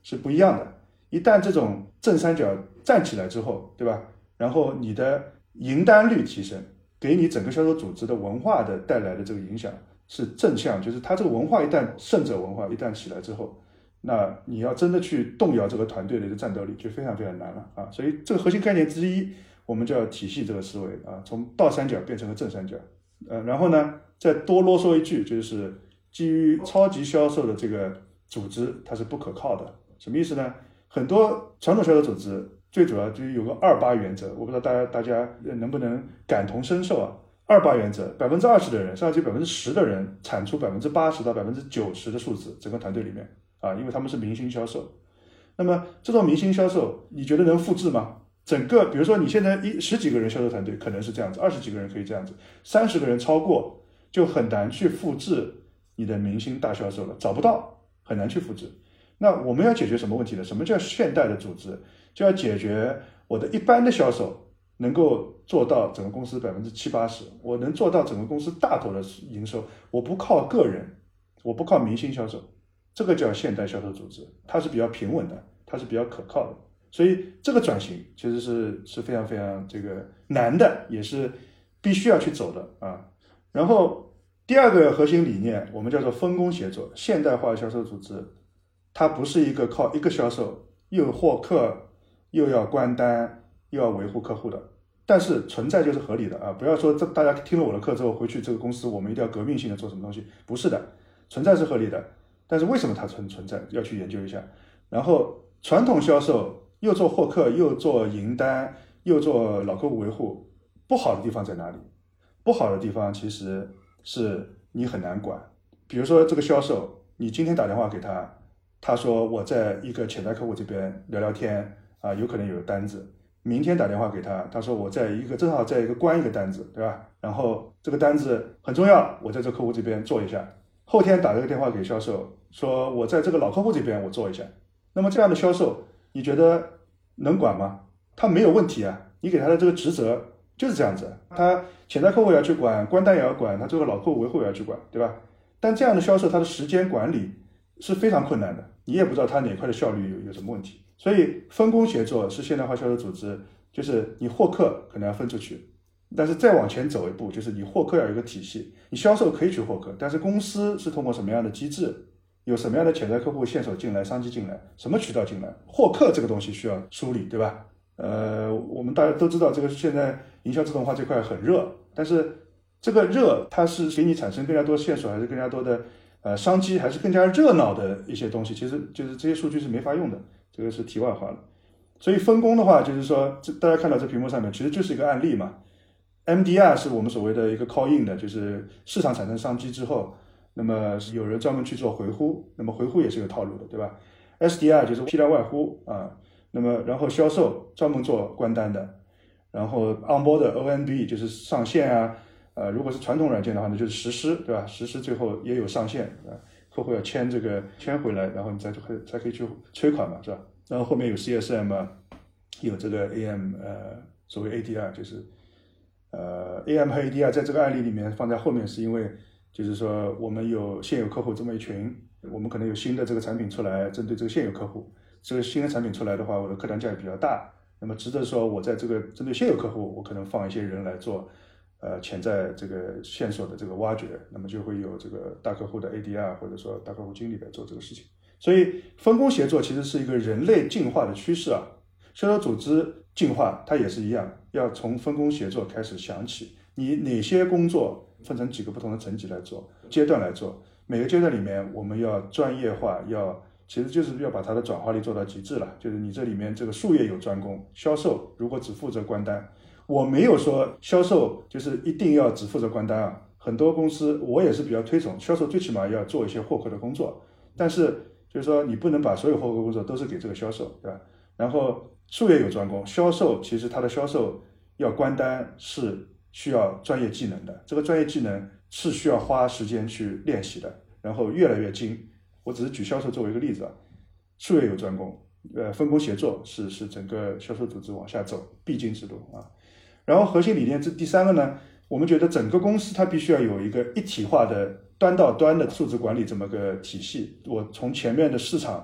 是不一样的。一旦这种正三角站起来之后，对吧？然后你的赢单率提升，给你整个销售组织的文化的带来的这个影响是正向，就是它这个文化一旦胜者文化一旦起来之后，那你要真的去动摇这个团队的一个战斗力就非常非常难了啊！所以这个核心概念之一，我们就要体系这个思维啊，从倒三角变成了正三角。呃，然后呢，再多啰嗦一句，就是基于超级销售的这个组织，它是不可靠的。什么意思呢？很多传统销售组织最主要就是有个二八原则，我不知道大家大家能不能感同身受啊？二八原则，百分之二十的人，上去百分之十的人产出百分之八十到百分之九十的数字，整个团队里面啊，因为他们是明星销售。那么这种明星销售，你觉得能复制吗？整个，比如说你现在一十几个人销售团队可能是这样子，二十几个人可以这样子，三十个人超过就很难去复制你的明星大销售了，找不到，很难去复制。那我们要解决什么问题呢？什么叫现代的组织？就要解决我的一般的销售能够做到整个公司百分之七八十，我能做到整个公司大头的营收，我不靠个人，我不靠明星销售，这个叫现代销售组织，它是比较平稳的，它是比较可靠的。所以这个转型其实是是非常非常这个难的，也是必须要去走的啊。然后第二个核心理念，我们叫做分工协作。现代化销售组织，它不是一个靠一个销售又获客又要关单又要维护客户的，但是存在就是合理的啊！不要说这大家听了我的课之后回去这个公司我们一定要革命性的做什么东西，不是的，存在是合理的，但是为什么它存存在，要去研究一下。然后传统销售又做获客又做赢单又做老客户维护，不好的地方在哪里？不好的地方其实是你很难管。比如说这个销售，你今天打电话给他，他说我在一个潜在客户这边聊聊天啊，有可能有单子。明天打电话给他，他说我在一个正好在一个关一个单子，对吧？然后这个单子很重要，我在这客户这边做一下。后天打这个电话给销售，说我在这个老客户这边我做一下。那么这样的销售，你觉得能管吗？他没有问题啊，你给他的这个职责就是这样子，他潜在客户也要去管，关单也要管，他这个老客户维护也要去管，对吧？但这样的销售，他的时间管理是非常困难的，你也不知道他哪块的效率有有什么问题。所以分工协作是现代化销售组织，就是你获客可能要分出去，但是再往前走一步，就是你获客要有一个体系，你销售可以去获客，但是公司是通过什么样的机制，有什么样的潜在客户线索进来，商机进来，什么渠道进来，获客这个东西需要梳理，对吧？呃，我们大家都知道这个现在营销自动化这块很热，但是这个热它是给你产生更加多的线索，还是更加多的呃商机，还是更加热闹的一些东西，其实就是这些数据是没法用的，这个是题外话了。所以分工的话，就是说这大家看到这屏幕上面其实就是一个案例嘛。M D R 是我们所谓的一个 call in 的，就是市场产生商机之后，那么有人专门去做回呼，那么回呼也是有套路的，对吧？ S D R 就是批量外呼啊，那么然后销售专门做关单的，然后 onboard 的 O N B 就是上线啊，呃，如果是传统软件的话呢，就是实施，对吧？实施最后也有上线啊，客户要签这个签回来，然后你才可以才可以去催款嘛，是吧？然后后面有 C S M 啊，有这个 A M， 呃，所谓 A D R 就是呃 A M 和 A D R 在这个案例里面放在后面，是因为就是说我们有现有客户这么一群，我们可能有新的这个产品出来，针对这个现有客户，这个新的产品出来的话，我的客单价也比较大，那么值得说我在这个针对现有客户，我可能放一些人来做呃潜在这个线索的这个挖掘，那么就会有这个大客户的 A D R 或者说大客户经理来做这个事情。所以分工协作其实是一个人类进化的趋势啊，销售组织进化它也是一样，要从分工协作开始想起，你哪些工作分成几个不同的层级来做，阶段来做，每个阶段里面我们要专业化，要其实就是要把它的转化率做到极致了，就是你这里面这个术业有专攻，销售如果只负责关单，我没有说销售就是一定要只负责关单啊，很多公司我也是比较推崇销售最起码要做一些获客的工作，但是就是说你不能把所有获客工作都是给这个销售，对吧？然后术业有专攻，销售其实它的销售要关单是需要专业技能的，这个专业技能是需要花时间去练习的，然后越来越精。我只是举销售作为一个例子啊，术业有专攻，呃，分工协作是是整个销售组织往下走必经之路啊。然后核心理念这第三个呢，我们觉得整个公司它必须要有一个一体化的端到端的数字管理这么个体系。我从前面的市场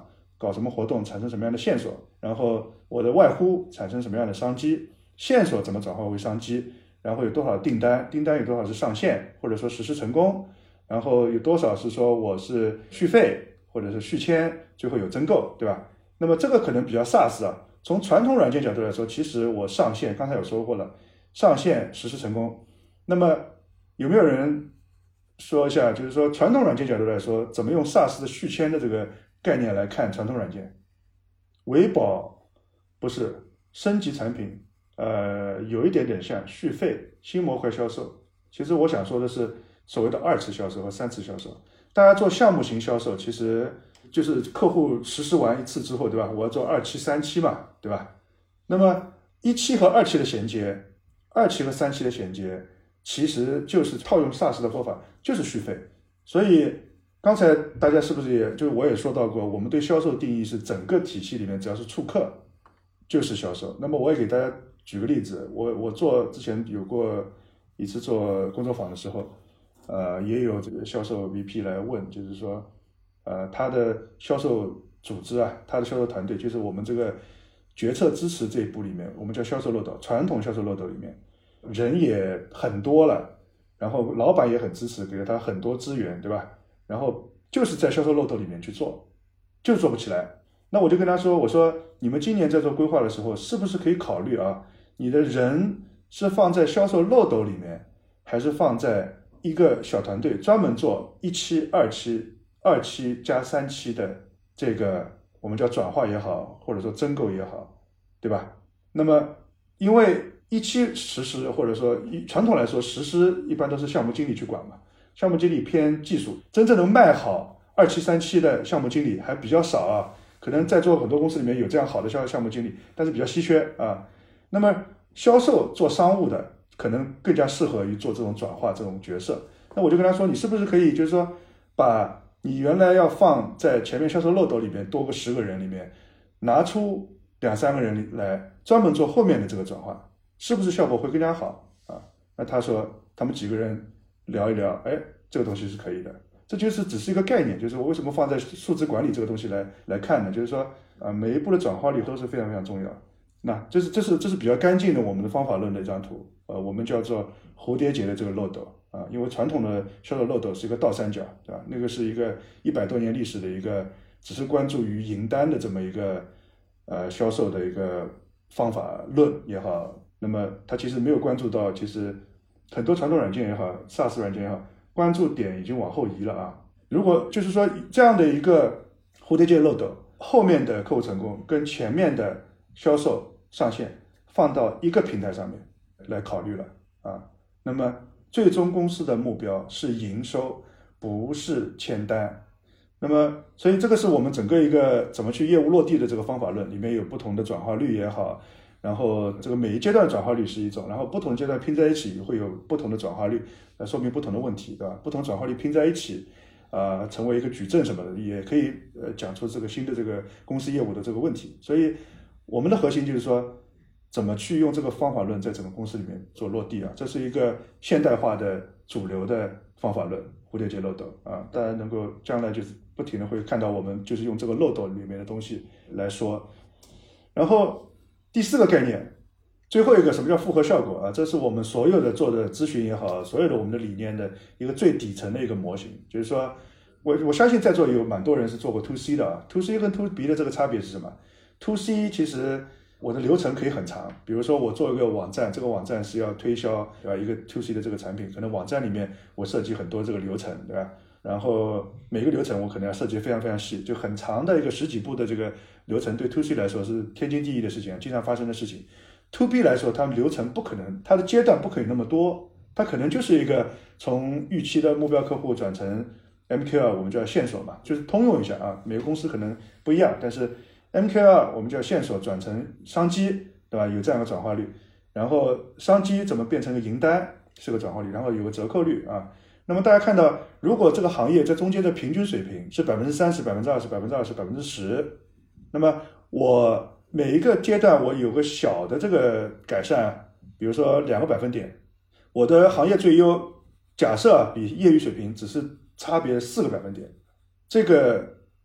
搞什么活动产生什么样的线索，然后我的外呼产生什么样的商机，线索怎么转化为商机，然后有多少订单，订单有多少是上线或者说实施成功，然后有多少是说我是续费或者是续签，最后有增购，对吧？那么这个可能比较 SaaS 啊。从传统软件角度来说，其实我上线刚才有说过了，上线实施成功。那么有没有人说一下，就是说传统软件角度来说，怎么用 SaaS 的续签的这个概念来看传统软件？维保不是升级产品，呃，有一点点像续费、新模块销售。其实我想说的是所谓的二次销售和三次销售。大家做项目型销售，其实就是客户实施完一次之后，对吧？我要做二期、三期嘛，对吧？那么一期和二期的衔接，二期和三期的衔接，其实就是套用 SaaS 的方法，就是续费。所以刚才大家是不是也就我也说到过，我们对销售定义是整个体系里面只要是触客就是销售。那么我也给大家举个例子，我我做之前有过一次做工作坊的时候，呃，也有这个销售 V P 来问，就是说，呃，他的销售组织啊，他的销售团队，就是我们这个决策支持这一步里面，我们叫销售漏斗，传统销售漏斗里面，人也很多了，然后老板也很支持，给了他很多资源，对吧？然后就是在销售漏斗里面去做，就做不起来。那我就跟他说，我说你们今年在做规划的时候，是不是可以考虑啊，你的人是放在销售漏斗里面，还是放在一个小团队专门做一期、二期、二期加三期的这个我们叫转化也好，或者说增购也好，对吧？那么因为一期实施或者说传统来说实施一般都是项目经理去管嘛，项目经理偏技术，真正能卖好二期、三期的项目经理还比较少啊。可能在座很多公司里面有这样好的销售项目经理，但是比较稀缺啊。那么销售做商务的可能更加适合于做这种转化这种角色。那我就跟他说，你是不是可以就是说把你原来要放在前面销售漏斗里面多个十个人里面拿出两三个人来专门做后面的这个转化，是不是效果会更加好啊？那他说他们几个人聊一聊，哎，这个东西是可以的。这就是只是一个概念，就是我为什么放在数字管理这个东西来来看呢？就是说啊、呃，每一步的转化率都是非常非常重要。那这是这是这是比较干净的我们的方法论的一张图，呃，我们叫做蝴蝶结的这个漏斗啊，因为传统的销售漏斗是一个倒三角，对吧？那个是一个一百多年历史的一个，只是关注于赢单的这么一个呃销售的一个方法论也好，那么它其实没有关注到，其实很多传统软件也好 ，SaaS 软件也好。关注点已经往后移了啊！如果就是说这样的一个蝴蝶结漏斗，后面的客户成功跟前面的销售上线放到一个平台上面来考虑了啊，那么最终公司的目标是营收，不是签单。那么所以这个是我们整个一个怎么去业务落地的这个方法论，里面有不同的转化率也好，然后这个每一阶段转化率是一种，然后不同阶段拼在一起会有不同的转化率，来说明不同的问题，对吧？不同转化率拼在一起，啊、呃，成为一个矩阵什么的，也可以呃讲出这个新的这个公司业务的这个问题。所以我们的核心就是说，怎么去用这个方法论在整个公司里面做落地啊？这是一个现代化的主流的方法论，蝴蝶结漏斗啊，大家能够将来就是不停的会看到我们就是用这个漏斗里面的东西来说，然后。第四个概念，最后一个什么叫复合效果啊？这是我们所有的做的咨询也好，所有的我们的理念的一个最底层的一个模型。就是说，我我相信在座有蛮多人是做过 to C 的啊。to C 跟 to B 的这个差别是什么 ？to C 其实我的流程可以很长，比如说我做一个网站，这个网站是要推销对吧？一个 to C 的这个产品，可能网站里面我设计很多这个流程，对吧？然后每个流程我可能要设计非常非常细，就很长的一个十几步的这个流程，对 to C 来说是天经地义的事情，经常发生的事情。to B 来说，它流程不可能，它的阶段不可以那么多，它可能就是一个从预期的目标客户转成 M Q R， 我们叫线索嘛，就是通用一下啊，每个公司可能不一样，但是 M Q R 我们叫线索转成商机，对吧？有这样的转化率，然后商机怎么变成个赢单是个转化率，然后有个折扣率啊。那么大家看到，如果这个行业在中间的平均水平是百分之三十、百分之二十、百分之二十、百分之十，那么我每一个阶段我有个小的这个改善，比如说两个百分点，我的行业最优假设比业余水平只是差别四个百分点，这个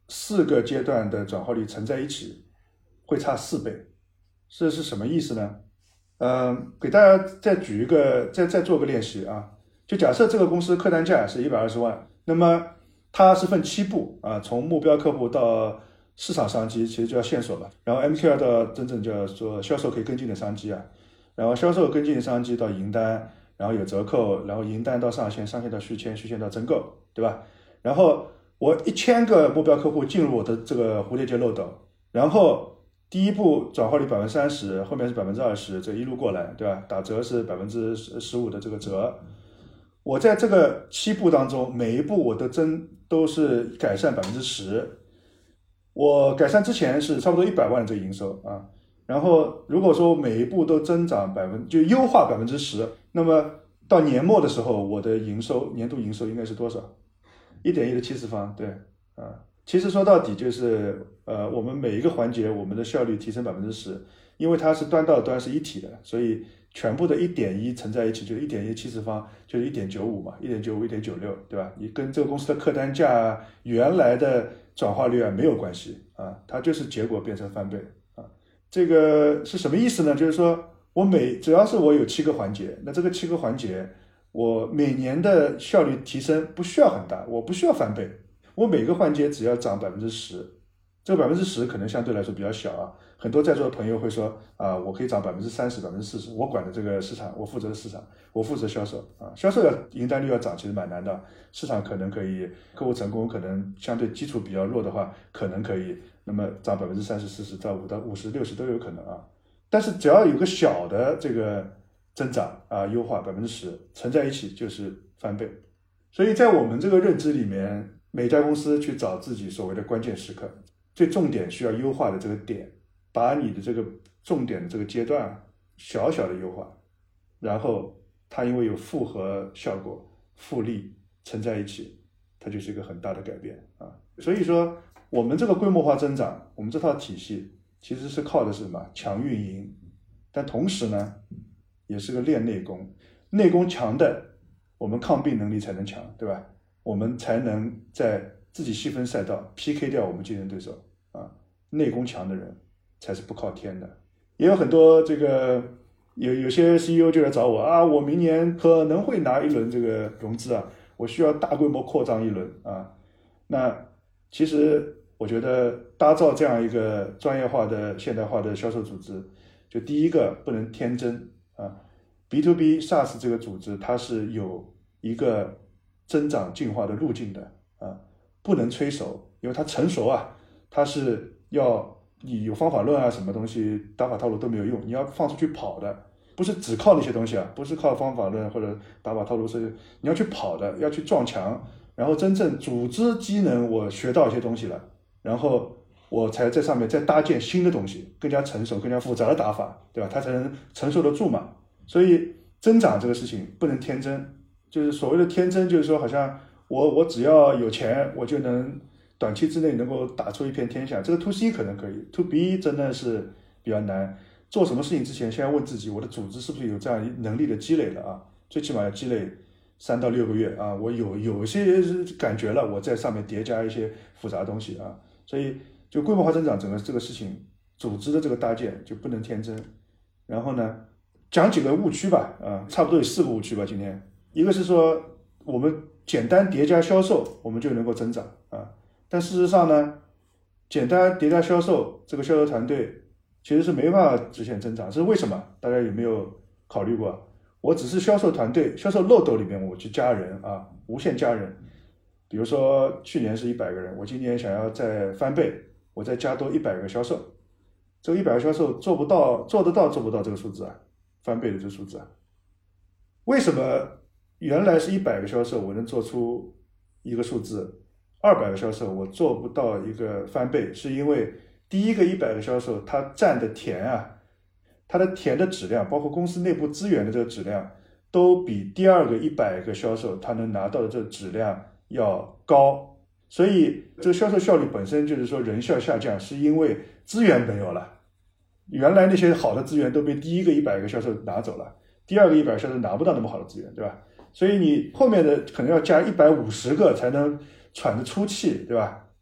四个阶段的转化率乘在一起会差四倍，这是什么意思呢？呃，给大家再举一个，再再做个练习啊。就假设这个公司客单价是一百二十万，那么它是分七步啊，从目标客户到市场商机，其实就叫线索了。然后 M Q L 到真正叫做销售可以跟进的商机啊，然后销售跟进的商机到营单，然后有折扣，然后营单到上线，上线到续签，续签到增购，对吧？然后我一千个目标客户进入我的这个蝴蝶结漏斗，然后第一步转化率百分之三十，后面是百分之二十，这一路过来，对吧？打折是百分之十五的这个折。我在这个七步当中，每一步我都增都是改善百分之十。我改善之前是差不多一百万的这个营收啊，然后如果说每一步都增长百分，就优化百分之十，那么到年末的时候，我的营收年度营收应该是多少？一点一的七次方，对啊。其实说到底就是呃，我们每一个环节我们的效率提升百分之十，因为它是端到端是一体的，所以全部的一点一乘在一起就是一点一七次方，就是一点九五嘛，一点九五一点九六，对吧？你跟这个公司的客单价原来的转化率啊没有关系啊，它就是结果变成翻倍啊。这个是什么意思呢？就是说我每只要是我有七个环节，那这个七个环节我每年的效率提升不需要很大，我不需要翻倍，我每个环节只要涨百分之十，这个百分之十可能相对来说比较小啊。很多在座的朋友会说啊，我可以涨百分之三十、百分之四十，我管的这个市场，我负责市场，我负责销售啊。销售要营单率要涨，其实蛮难的。市场可能可以，客户成功可能相对基础比较弱的话，可能可以，那么涨百分之三十、四十到五到五十、六十都有可能啊。但是只要有个小的这个增长啊，优化百分之十，乘在一起就是翻倍。所以在我们这个认知里面，每家公司去找自己所谓的关键时刻，最重点需要优化的这个点，把你的这个重点的这个阶段小小的优化，然后它因为有复合效果、复利乘在一起，它就是一个很大的改变啊。所以说我们这个规模化增长，我们这套体系其实是靠的是什么？强运营，但同时呢也是个练内功，内功强的我们抗病能力才能强，对吧？我们才能在自己细分赛道 P K 掉我们竞争对手啊。内功强的人才是不靠天的。也有很多这个有有些 C E O 就来找我啊，我明年可能会拿一轮这个融资啊，我需要大规模扩张一轮啊。那其实我觉得打造这样一个专业化的现代化的销售组织，就第一个不能天真啊。B to B SaaS 这个组织它是有一个增长进化的路径的啊，不能催熟，因为它成熟啊，它是要你有方法论啊，什么东西打法套路都没有用，你要放出去跑的，不是只靠那些东西啊，不是靠方法论或者打法套路，是你要去跑的，要去撞墙，然后真正组织机能我学到一些东西了，然后我才在上面再搭建新的东西，更加成熟、更加复杂的打法，对吧？它才能承受得住嘛。所以增长这个事情不能天真。就是所谓的天真，就是说好像我我只要有钱，我就能短期之内能够打出一片天下。这个 to C 可能可以 ，to B 真的是比较难。做什么事情之前，先要问自己，我的组织是不是有这样能力的积累了啊？最起码要积累三到六个月啊，我有有些感觉了，我在上面叠加一些复杂的东西啊。所以就规模化增长整个这个事情，组织的这个搭建就不能天真。然后呢，讲几个误区吧，啊，差不多有四个误区吧，今天。一个是说我们简单叠加销售我们就能够增长啊，但事实上呢，简单叠加销售这个销售团队其实是没办法实现增长，是为什么？大家有没有考虑过？我只是销售团队销售漏斗里面我去加人啊，无限加人，比如说去年是一百个人，我今年想要再翻倍，我再加多一百个销售，这个一百个销售做不到，做得到做不到这个数字啊，翻倍的这个数字啊，为什么？原来是一百个销售我能做出一个数字，二百个销售我做不到一个翻倍，是因为第一个一百个销售它占的田啊，它的田的质量，包括公司内部资源的这个质量，都比第二个一百个销售它能拿到的这个质量要高，所以这个销售效率本身就是说人效下降，是因为资源没有了，原来那些好的资源都被第一个一百个销售拿走了，第二个一百个销售拿不到那么好的资源，对吧？所以你后面的可能要加一百五十个才能喘得出气，对吧？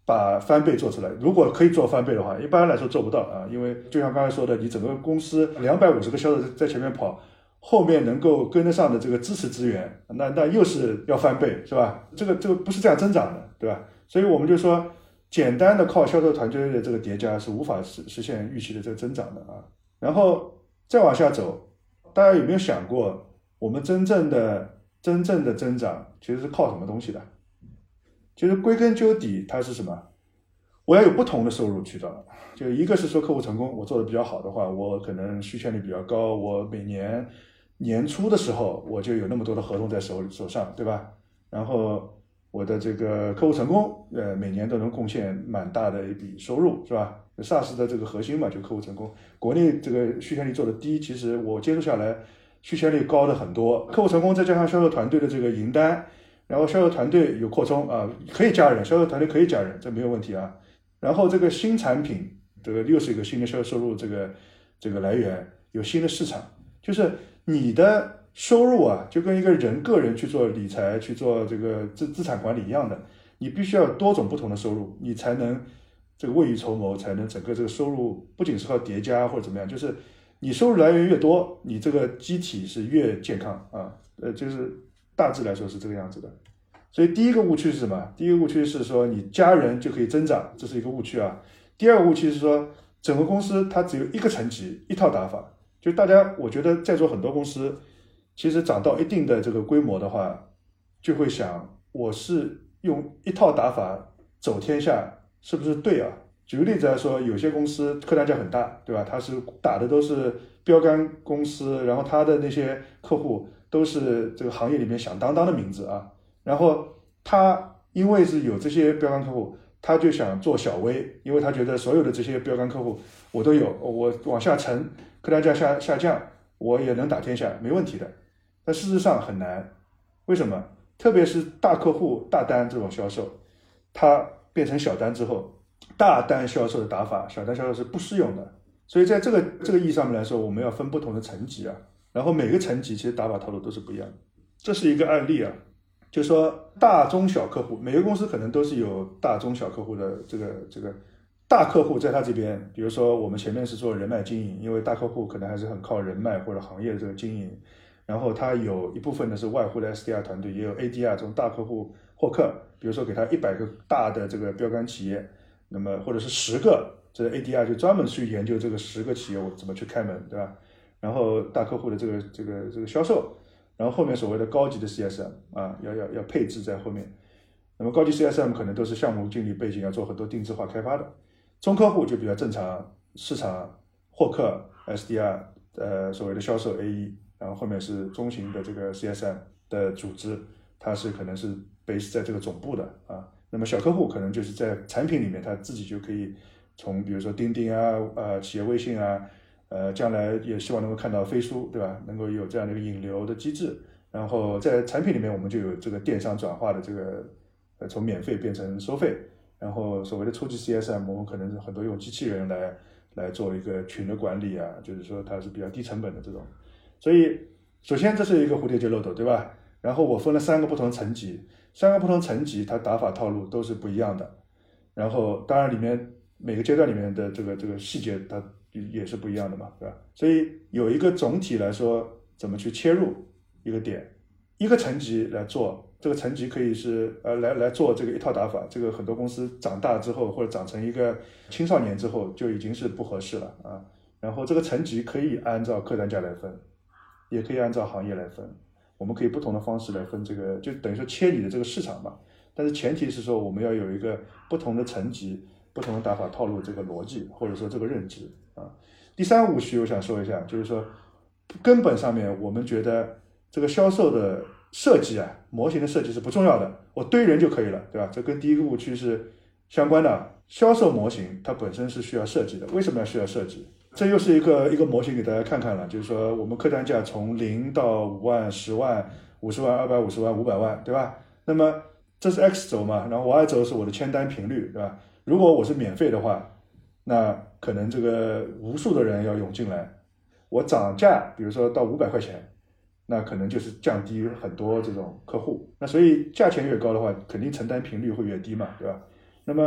把翻倍做出来。如果可以做翻倍的话，一般来说做不到啊，因为就像刚才说的，你整个公司两百五十个销售在前面跑，后面能够跟得上的这个支持资源，那那又是要翻倍，是吧？这个这个不是这样增长的，对吧？所以我们就说，简单的靠销售团队的这个叠加是无法实实现预期的这个增长的啊。然后再往下走，大家有没有想过，我们真正的真正的增长其实是靠什么东西的？其实归根究底，它是什么？我要有不同的收入渠道，就一个是说客户成功，我做的比较好的话，我可能续签率比较高，我每年年初的时候我就有那么多的合同在手手上，对吧？然后我的这个客户成功，呃，每年都能贡献蛮大的一笔收入，是吧？ SaaS 的这个核心嘛，就客户成功。国内这个续签率做的低，其实我接触下来，续签率高的很多。客户成功再加上销售团队的这个赢单，然后销售团队有扩充啊，可以加人，销售团队可以加人，这没有问题啊。然后这个新产品，这个又是一个新的销售收入这个这个来源，有新的市场，就是你的收入啊，就跟一个人个人去做理财、去做这个资资产管理一样的，你必须要有多种不同的收入，你才能这个未雨绸缪，才能整个这个收入不仅是靠叠加或者怎么样，就是你收入来源越多，你这个机体是越健康啊，呃，就是大致来说是这个样子的。所以第一个误区是什么？第一个误区是说你加人就可以增长，这是一个误区啊。第二个误区是说整个公司它只有一个层级一套打法，就大家我觉得在座很多公司其实涨到一定的这个规模的话，就会想我是用一套打法走天下是不是对啊？举个例子来说，有些公司客单价很大，对吧？它是打的都是标杆公司，然后它的那些客户都是这个行业里面响当当的名字啊。然后他因为是有这些标杆客户，他就想做小微，因为他觉得所有的这些标杆客户我都有，我往下沉，客单价下下降，我也能打天下，没问题的。但事实上很难，为什么？特别是大客户大单这种销售，它变成小单之后，大单销售的打法，小单销售是不适用的。所以在这个这个意义上面来说，我们要分不同的层级啊，然后每个层级其实打法套路都是不一样的。这是一个案例啊。就是说大中小客户，每个公司可能都是有大中小客户的这个这个大客户在他这边，比如说我们前面是做人脉经营，因为大客户可能还是很靠人脉或者行业的这个经营，然后他有一部分呢是外户的 S D R 团队，也有 A D R 这种大客户获客，比如说给他一百个大的这个标杆企业，那么或者是十个，这 A D R 就专门去研究这个十个企业我怎么去开门，对吧？然后大客户的这个这个这个销售。然后后面所谓的高级的 C S M 啊，要要要配置在后面。那么高级 C S M 可能都是项目经理背景，要做很多定制化开发的。中客户就比较正常，市场获客 S D R， 呃，所谓的销售 A E， 然后后面是中型的这个 C S M 的组织，它是可能是 base 在这个总部的啊。那么小客户可能就是在产品里面，他自己就可以从比如说钉钉啊，呃，企业微信啊。呃，将来也希望能够看到飞书，对吧？能够有这样的一个引流的机制，然后在产品里面我们就有这个电商转化的这个，呃，从免费变成收费，然后所谓的初级 C S M， 我们可能很多用机器人来来做一个群的管理啊，就是说它是比较低成本的这种。所以首先这是一个蝴蝶结漏斗，对吧？然后我分了三个不同层级，三个不同层级它打法套路都是不一样的，然后当然里面每个阶段里面的这个这个细节它也是不一样的嘛，对吧？所以有一个总体来说怎么去切入一个点，一个层级来做，这个层级可以是呃来来做这个一套打法，这个很多公司长大之后或者长成一个青少年之后就已经是不合适了啊。然后这个层级可以按照客单价来分，也可以按照行业来分，我们可以不同的方式来分这个，就等于说切你的这个市场嘛。但是前提是说我们要有一个不同的层级、不同的打法套路这个逻辑或者说这个认知。啊，第三误区我想说一下，就是说根本上面我们觉得这个销售的设计啊，模型的设计是不重要的，我堆人就可以了，对吧？这跟第一个误区是相关的。销售模型它本身是需要设计的，为什么要需要设计？这又是一个一个模型给大家看看了，就是说我们客单价从零到五万、十万、五十万、二百五十万、五百万，对吧？那么这是 X 轴嘛，然后 Y 轴是我的签单频率，对吧？如果我是免费的话，那可能这个无数的人要涌进来，我涨价比如说到五百块钱，那可能就是降低很多这种客户，那所以价钱越高的话肯定承担频率会越低嘛，对吧？那么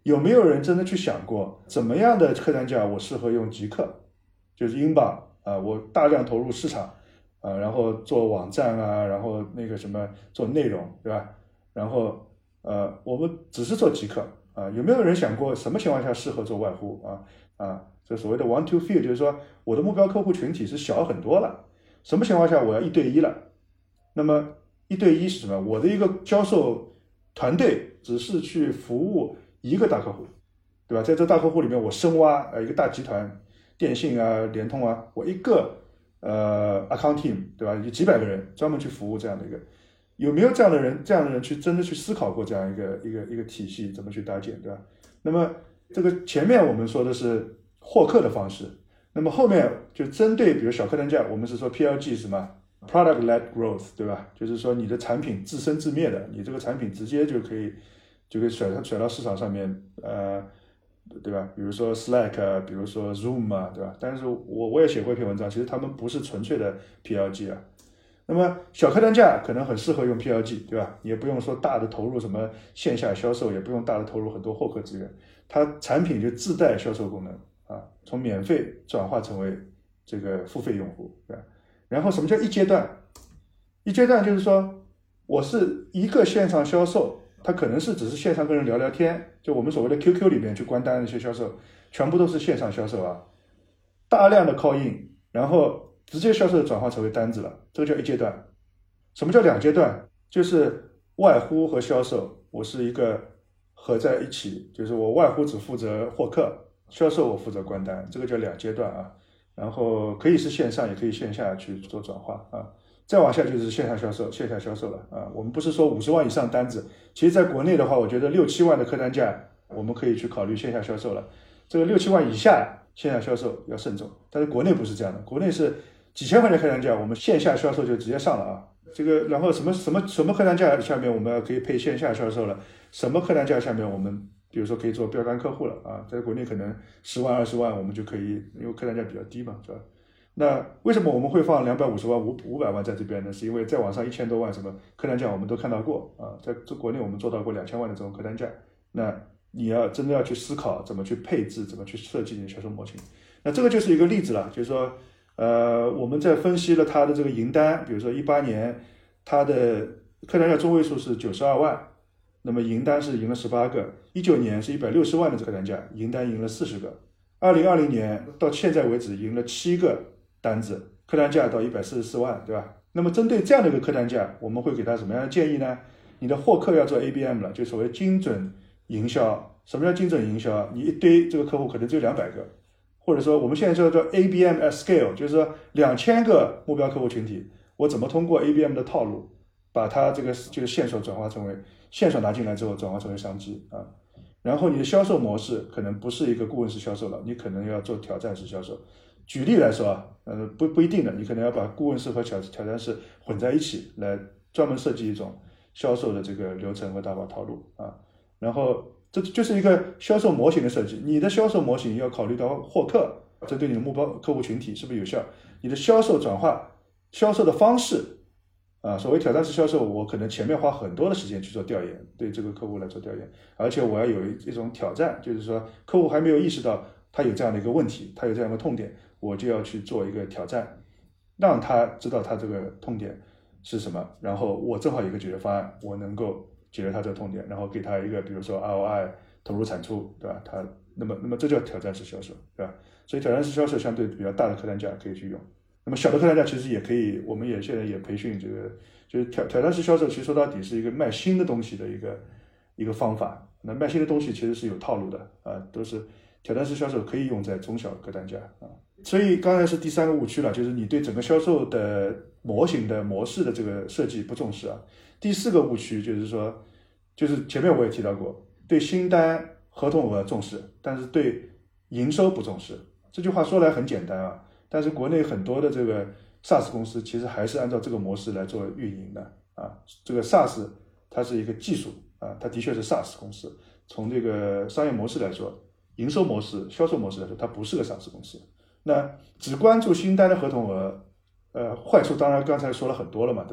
有没有人真的去想过怎么样的客单价我适合用极客，就是英镑啊，我大量投入市场啊，然后做网站啊，然后那个什么做内容，对吧？然后呃，我们只是做极客啊，有没有人想过什么情况下适合做外呼啊？啊，这所谓的 one to few， 就是说我的目标客户群体是小很多了，什么情况下我要一对一了？那么一对一是什么？我的一个销售团队只是去服务一个大客户，对吧？在这大客户里面，我深挖呃一个大集团，电信啊、联通啊，我一个呃 account team， 对吧？有几百个人专门去服务这样的一个，有没有这样的人？这样的人去真的去思考过这样一个一个一个体系怎么去搭建，对吧？那么这个前面我们说的是获客的方式，那么后面就针对比如小客单价，我们是说 P L G 什么 product led growth， 对吧？就是说你的产品自生自灭的，你这个产品直接就可以就可以甩甩到市场上面，呃，对吧？比如说 Slack 啊，比如说 Zoom 啊，对吧？但是我我也写过一篇文章，其实他们不是纯粹的 P L G 啊。那么小客单价可能很适合用 P L G， 对吧？也不用说大的投入什么线下销售，也不用大的投入很多获客资源，它产品就自带销售功能啊，从免费转化成为这个付费用户，对吧？然后什么叫一阶段？一阶段就是说我是一个线上销售，它可能是只是线上跟人聊聊天，就我们所谓的 Q Q 里面去关单的一些销售，全部都是线上销售啊，大量的 call in， 然后直接销售转化成为单子了，这个叫一阶段。什么叫两阶段？就是外呼和销售，我是一个合在一起，就是我外呼只负责获客，销售我负责关单，这个叫两阶段啊。然后可以是线上，也可以线下去做转化啊。再往下就是线上销售、线下销售了啊。我们不是说五十万以上单子，其实在国内的话，我觉得六七万的客单价，我们可以去考虑线下销售了。这个六七万以下线下销售要慎重，但是国内不是这样的，国内是几千块钱客单价，我们线下销售就直接上了啊。这个然后什么什么什么客单价下面我们可以配线下销售了，什么客单价下面我们比如说可以做标杆客户了啊，在国内可能十万二十万我们就可以，因为客单价比较低嘛，是吧？那为什么我们会放两百五十万、五五百万在这边呢？是因为再往上一千多万什么客单价我们都看到过啊，在国内我们做到过两千万的这种客单价。那你要真的要去思考怎么去配置，怎么去设计你的销售模型。那这个就是一个例子了，就是说，呃，我们在分析了它的这个赢单，比如说一八年它的客单价中位数是九十二万，那么赢单是赢了十八个；一九年是一百六十万的客单价，赢单赢了四十个；二零二零年到现在为止赢了七个单子，客单价到一百四十四万，对吧？那么针对这样的一个客单价，我们会给他什么样的建议呢？你的获客要做 A B M 了，就所谓精准营销。什么叫精准营销？你一堆这个客户可能只有两百个，或者说我们现在叫做 A B M at scale， 就是说两千个目标客户群体，我怎么通过 A B M 的套路，把它这个这个线索转化成为线索拿进来之后转化成为商机啊。然后你的销售模式可能不是一个顾问式销售了，你可能要做挑战式销售。举例来说啊，呃，不不一定的，你可能要把顾问式和挑挑战式混在一起，来专门设计一种销售的这个流程和打法套路啊。然后这就是一个销售模型的设计，你的销售模型要考虑到获客，这对你的目标客户群体是不是有效？你的销售转化、销售的方式啊，所谓挑战式销售，我可能前面花很多的时间去做调研，对这个客户来做调研，而且我要有一种挑战，就是说客户还没有意识到他有这样的一个问题，他有这样的痛点，我就要去做一个挑战，让他知道他这个痛点是什么，然后我正好有一个解决方案，我能够解决他这个痛点，然后给他一个比如说 R O I 投入产出，对吧？他那么那么这叫挑战式销售，对吧？所以挑战式销售相对比较大的客单价可以去用，那么小的客单价其实也可以，我们也现在也培训这个，就是挑挑战式销售，其实说到底是一个卖新的东西的一个一个方法。那卖新的东西其实是有套路的啊，都是挑战式销售可以用在中小客单价啊。所以刚才是第三个误区了，就是你对整个销售的模型的模式的这个设计不重视啊。第四个误区就是说，就是前面我也提到过，对新单合同额重视，但是对营收不重视。这句话说来很简单啊，但是国内很多的这个 SaaS 公司其实还是按照这个模式来做运营的啊。这个 SaaS 它是一个技术啊，它的确是 SaaS 公司。从这个商业模式来说，营收模式、销售模式来说，它不是个 SaaS 公司。那只关注新单的合同额，呃，坏处当然刚才说了很多了嘛，对吧？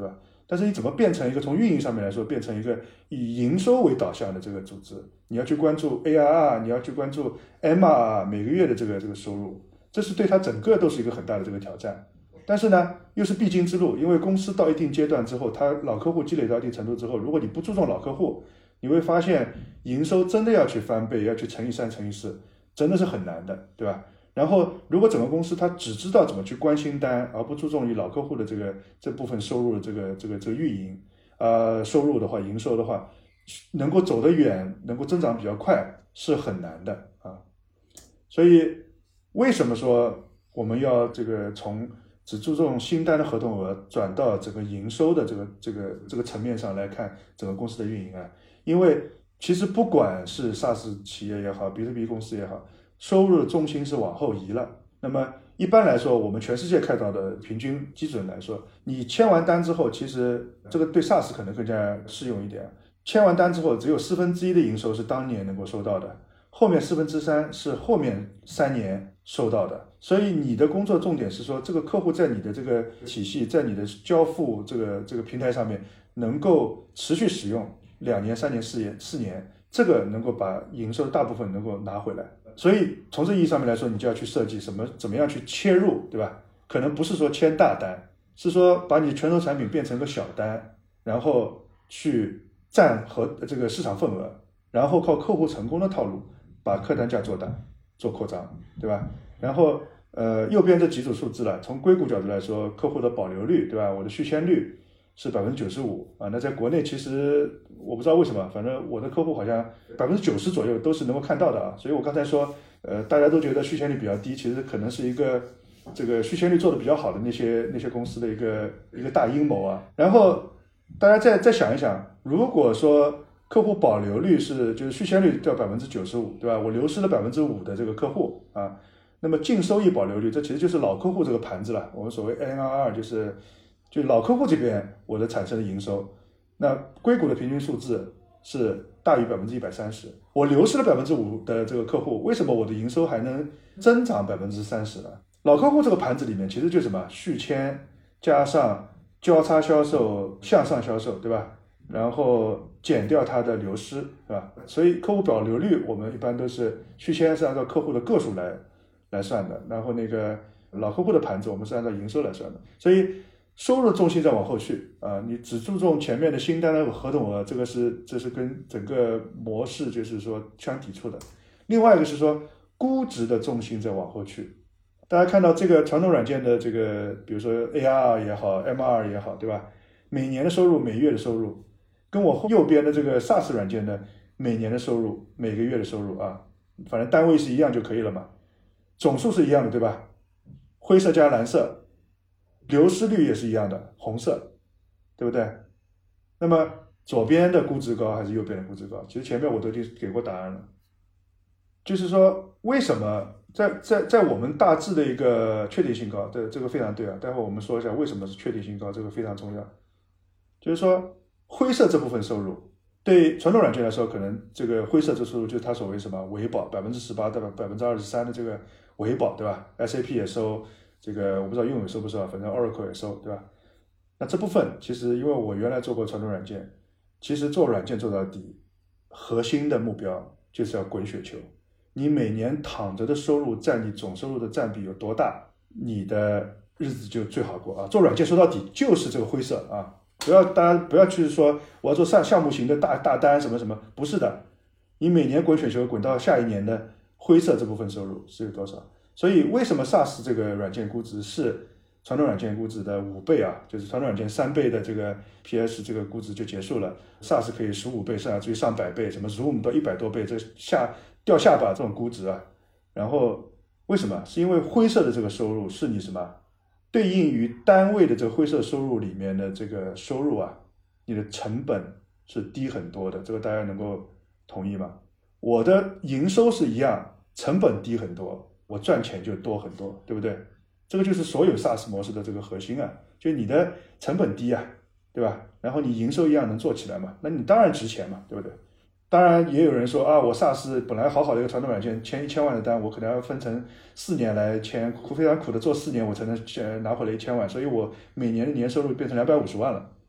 但是你怎么变成一个从运营上面来说变成一个以营收为导向的这个组织？你要去关注 A R R， 你要去关注 M R R 每个月的这个这个收入，这是对它整个都是一个很大的这个挑战。但是呢，又是必经之路，因为公司到一定阶段之后，它老客户积累到一定程度之后，如果你不注重老客户，你会发现营收真的要去翻倍，要去乘以三乘以四，真的是很难的，对吧？然后如果整个公司它只知道怎么去关新单，而不注重于老客户的这个这部分收入的这个这个这个运营呃收入的话，营收的话，能够走得远，能够增长比较快是很难的啊。所以为什么说我们要这个从只注重新单的合同额转到整个营收的这个这个这个层面上来看整个公司的运营啊？因为其实不管是 SaaS 企业也好 B to B 公司也好，收入的重心是往后移了。那么一般来说，我们全世界看到的平均基准来说，你签完单之后，其实这个对 SaaS 可能更加适用一点，签完单之后只有四分之一的营收是当年能够收到的，后面四分之三是后面三年收到的。所以你的工作重点是说，这个客户在你的这个体系，在你的交付这个这个平台上面能够持续使用两年、三年、四年、四年，这个能够把营收的大部分能够拿回来。所以从这意义上面来说，你就要去设计什么，怎么样去切入，对吧？可能不是说签大单，是说把你拳头产品变成个小单，然后去占和这个市场份额，然后靠客户成功的套路把客单价做大，做扩张，对吧？然后呃，右边这几组数字了，从硅谷角度来说，客户的保留率，对吧？我的续签率是百分之九十五啊。那在国内其实我不知道为什么，反正我的客户好像百分之九十左右都是能够看到的啊。所以我刚才说，呃，大家都觉得续签率比较低，其实可能是一个这个续签率做的比较好的那些那些公司的一个一个大阴谋啊。然后大家再再想一想，如果说客户保留率是就是续签率掉百分之九十五，对吧？我流失了百分之五的这个客户啊。那么净收益保留率，这其实就是老客户这个盘子了。我们所谓 N R R 就是就老客户这边我的产生的营收，那硅谷的平均数字是大于百分之一百三十。我流失了百分之五的这个客户，为什么我的营收还能增长百分之三十呢？老客户这个盘子里面其实就是什么续签加上交叉销售、向上销售，对吧？然后减掉它的流失，对吧？所以客户保留率我们一般都是续签是按照客户的个数来来算的，然后那个老客户的盘子我们是按照营收来算的。所以收入重心再往后去啊，你只注重前面的新单的合同额，这个是这是跟整个模式就是说相抵触的。另外一个是说估值的重心再往后去。大家看到这个传统软件的这个，比如说 A R R 也好 M R R 也好，对吧？每年的收入、每月的收入，跟我右边的这个 SaaS 软件的每年的收入、每个月的收入啊，反正单位是一样就可以了嘛，总数是一样的，对吧？灰色加蓝色，流失率也是一样的，红色，对不对？那么左边的估值高还是右边的估值高？其实前面我都已经给过答案了，就是说为什么在在在我们大致的一个确定性高，这这个非常对啊。待会我们说一下为什么是确定性高，这个非常重要。就是说灰色这部分收入，对传统软件来说，可能这个灰色这收入就是它所谓什么维保百分之十八到百分之二十三的这个维保，对吧 ？S A P 也收。这个我不知道用友收不收，反正 Oracle 也收，对吧？那这部分其实因为我原来做过传统软件，其实做软件做到底，核心的目标就是要滚雪球。你每年躺着的收入占你总收入的占比有多大，你的日子就最好过啊！做软件说到底就是这个灰色啊，不要大家不要去说我要做项项目型的大大单什么什么，不是的，你每年滚雪球滚到下一年的灰色这部分收入是有多少？所以为什么 SaaS 这个软件估值是传统软件估值的五倍啊？就是传统软件三倍的这个 P S 这个估值就结束了 ，SaaS 可以十五倍，甚至于上百倍，什么 Zoom 到一百多倍，这下掉下巴这种估值啊。然后为什么？是因为灰色的这个收入是你什么对应于单位的这个灰色收入里面的这个收入啊，你的成本是低很多的，这个大家能够同意吗？我的营收是一样，成本低很多。我赚钱就多很多，对不对？这个就是所有 SaaS 模式的这个核心啊，就你的成本低啊，对吧？然后你营收一样能做起来嘛，那你当然值钱嘛，对不对？当然也有人说啊，我 SaaS 本来好好的一个传统软件，签一千万的单，我可能要分成四年来签，苦非常苦的做四年，我才能拿回来一千万，所以我每年的年收入变成两百五十万了。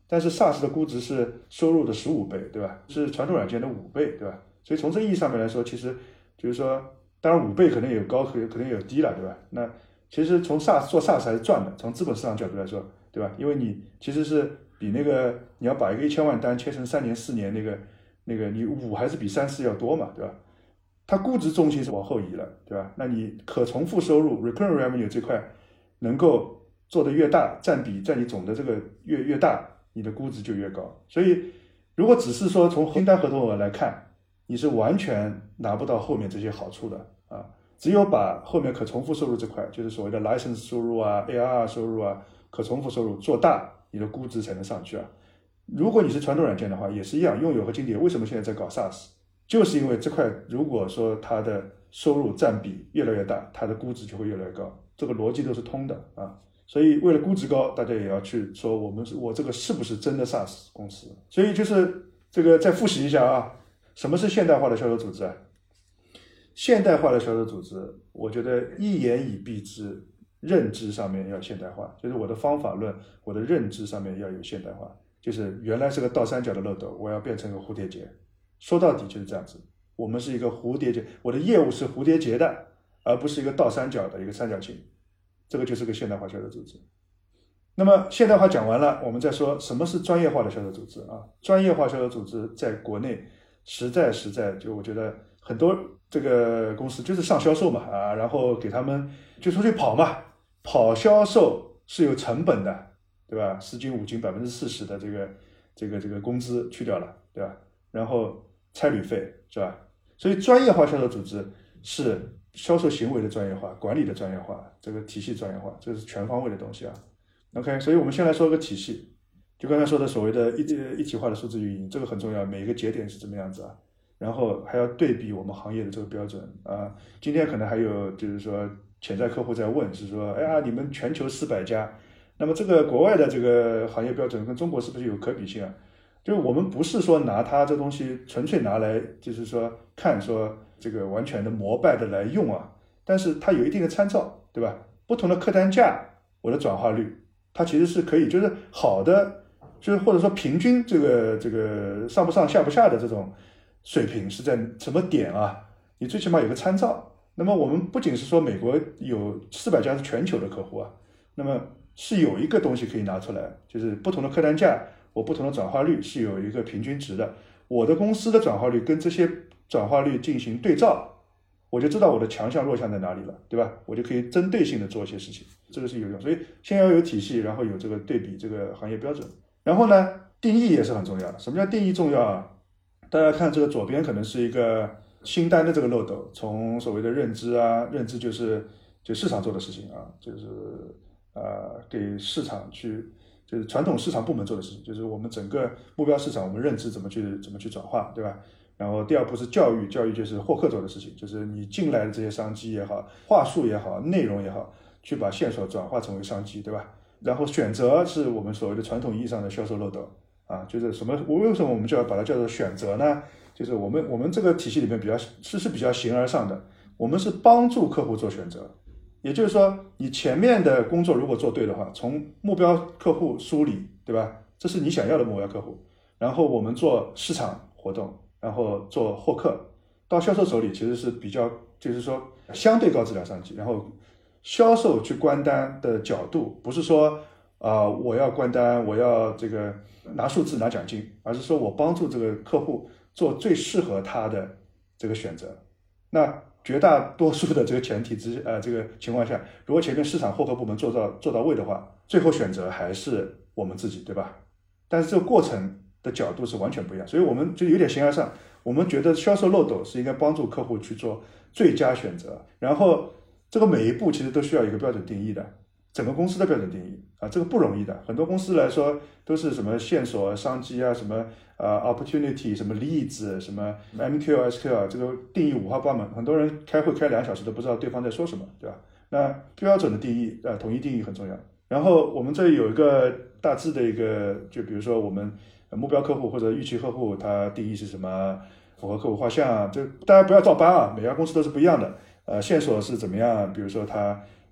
但是 SaaS 的估值是收入的十五倍，对吧？是传统软件的五倍，对吧？所以从这意义上面来说，其实就是说，当然五倍可能有高，可能有低了，对吧？那其实从 SaaS 做 SaaS 还是赚的，从资本市场角度来说，对吧？因为你其实是比那个你要把一个一千万单切成三年四年，那个那个你五还是比三四要多嘛，对吧？它估值重心是往后移了，对吧？那你可重复收入 recurring revenue 这块能够做得越大，占比在你总的这个越越大，你的估值就越高。所以如果只是说从订单合同额来看，你是完全拿不到后面这些好处的啊。只有把后面可重复收入这块，就是所谓的 license 收入啊 A R R 收入啊，可重复收入做大，你的估值才能上去啊。如果你是传统软件的话，也是一样，用友和金蝶为什么现在在搞 SaaS， 就是因为这块如果说它的收入占比越来越大，它的估值就会越来越高，这个逻辑都是通的啊。所以为了估值高，大家也要去说我们我这个是不是真的 SaaS 公司。所以就是这个再复习一下啊，什么是现代化的销售组织啊？现代化的销售组织，我觉得一言以蔽之，认知上面要现代化，就是我的方法论，我的认知上面要有现代化。就是原来是个倒三角的漏斗，我要变成个蝴蝶结。说到底就是这样子，我们是一个蝴蝶结，我的业务是蝴蝶结的，而不是一个倒三角的一个三角形。这个就是个现代化销售组织。那么现代化讲完了，我们再说什么是专业化的销售组织啊？专业化销售组织在国内实在实在，就我觉得很多这个公司就是上销售嘛啊，然后给他们就出去跑嘛，跑销售是有成本的，对吧？四金五金百分之四十的这个这个这个工资去掉了，对吧？然后差旅费是吧？所以专业化销售组织是销售行为的专业化，管理的专业化，这个体系专业化，这是全方位的东西啊。OK， 所以我们先来说个体系，就刚才说的所谓的一一体化的数字运营，这个很重要，每一个节点是怎么样子啊？然后还要对比我们行业的这个标准啊。今天可能还有就是说潜在客户在问，是说，哎呀，你们全球四百家，那么这个国外的这个行业标准跟中国是不是有可比性啊？就是我们不是说拿它这东西纯粹拿来，就是说看说这个完全的膜拜的来用啊，但是它有一定的参照，对吧？不同的客单价，我的转化率，它其实是可以，就是好的，就是或者说平均这个这个上不上下不下的这种水平是在什么点啊？你最起码有个参照。那么我们不仅是说美国有四百家是全球的客户啊，那么是有一个东西可以拿出来，就是不同的客单价，我不同的转化率是有一个平均值的。我的公司的转化率跟这些转化率进行对照，我就知道我的强项弱项在哪里了，对吧？我就可以针对性的做一些事情，这个是有用。所以先要有体系，然后有这个对比这个行业标准，然后呢，定义也是很重要的。什么叫定义重要啊？大家看这个左边可能是一个新单的这个漏斗，从所谓的认知啊，认知就是就市场做的事情啊，就是呃给市场去，就是传统市场部门做的事情，就是我们整个目标市场我们认知怎么去怎么去转化，对吧？然后第二步是教育，教育就是获客做的事情，就是你进来的这些商机也好，话术也好，内容也好，去把线索转化成为商机，对吧？然后选择是我们所谓的传统意义上的销售漏斗啊，就是什么？为什么我们就要把它叫做选择呢？就是我们我们这个体系里面比较是是比较形而上的，我们是帮助客户做选择，也就是说，你前面的工作如果做对的话，从目标客户梳理，对吧？这是你想要的目标客户，然后我们做市场活动，然后做获客，到销售手里其实是比较，就是说相对高质量商机。然后销售去关单的角度，不是说啊、呃、我要关单，我要这个拿数字拿奖金，而是说我帮助这个客户做最适合他的这个选择。那绝大多数的这个前提之呃这个情况下，如果前面市场获客部门做到做到位的话，最后选择还是我们自己，对吧？但是这个过程的角度是完全不一样，所以我们就有点形而上，我们觉得销售漏斗是应该帮助客户去做最佳选择，然后这个每一步其实都需要一个标准定义的，整个公司的标准定义啊，这个不容易的。很多公司来说都是什么线索、商机啊，什么呃 opportunity， 什么 leads， 什么 M Q L、S Q L， 这个定义五花八门，很多人开会开两小时都不知道对方在说什么，对吧？那标准的定义呃统一定义很重要。然后我们这里有一个大致的一个，就比如说我们目标客户或者预期客户，他定义是什么，符合客户画像，这大家不要照搬啊，每家公司都是不一样的。呃，线索是怎么样？比如说他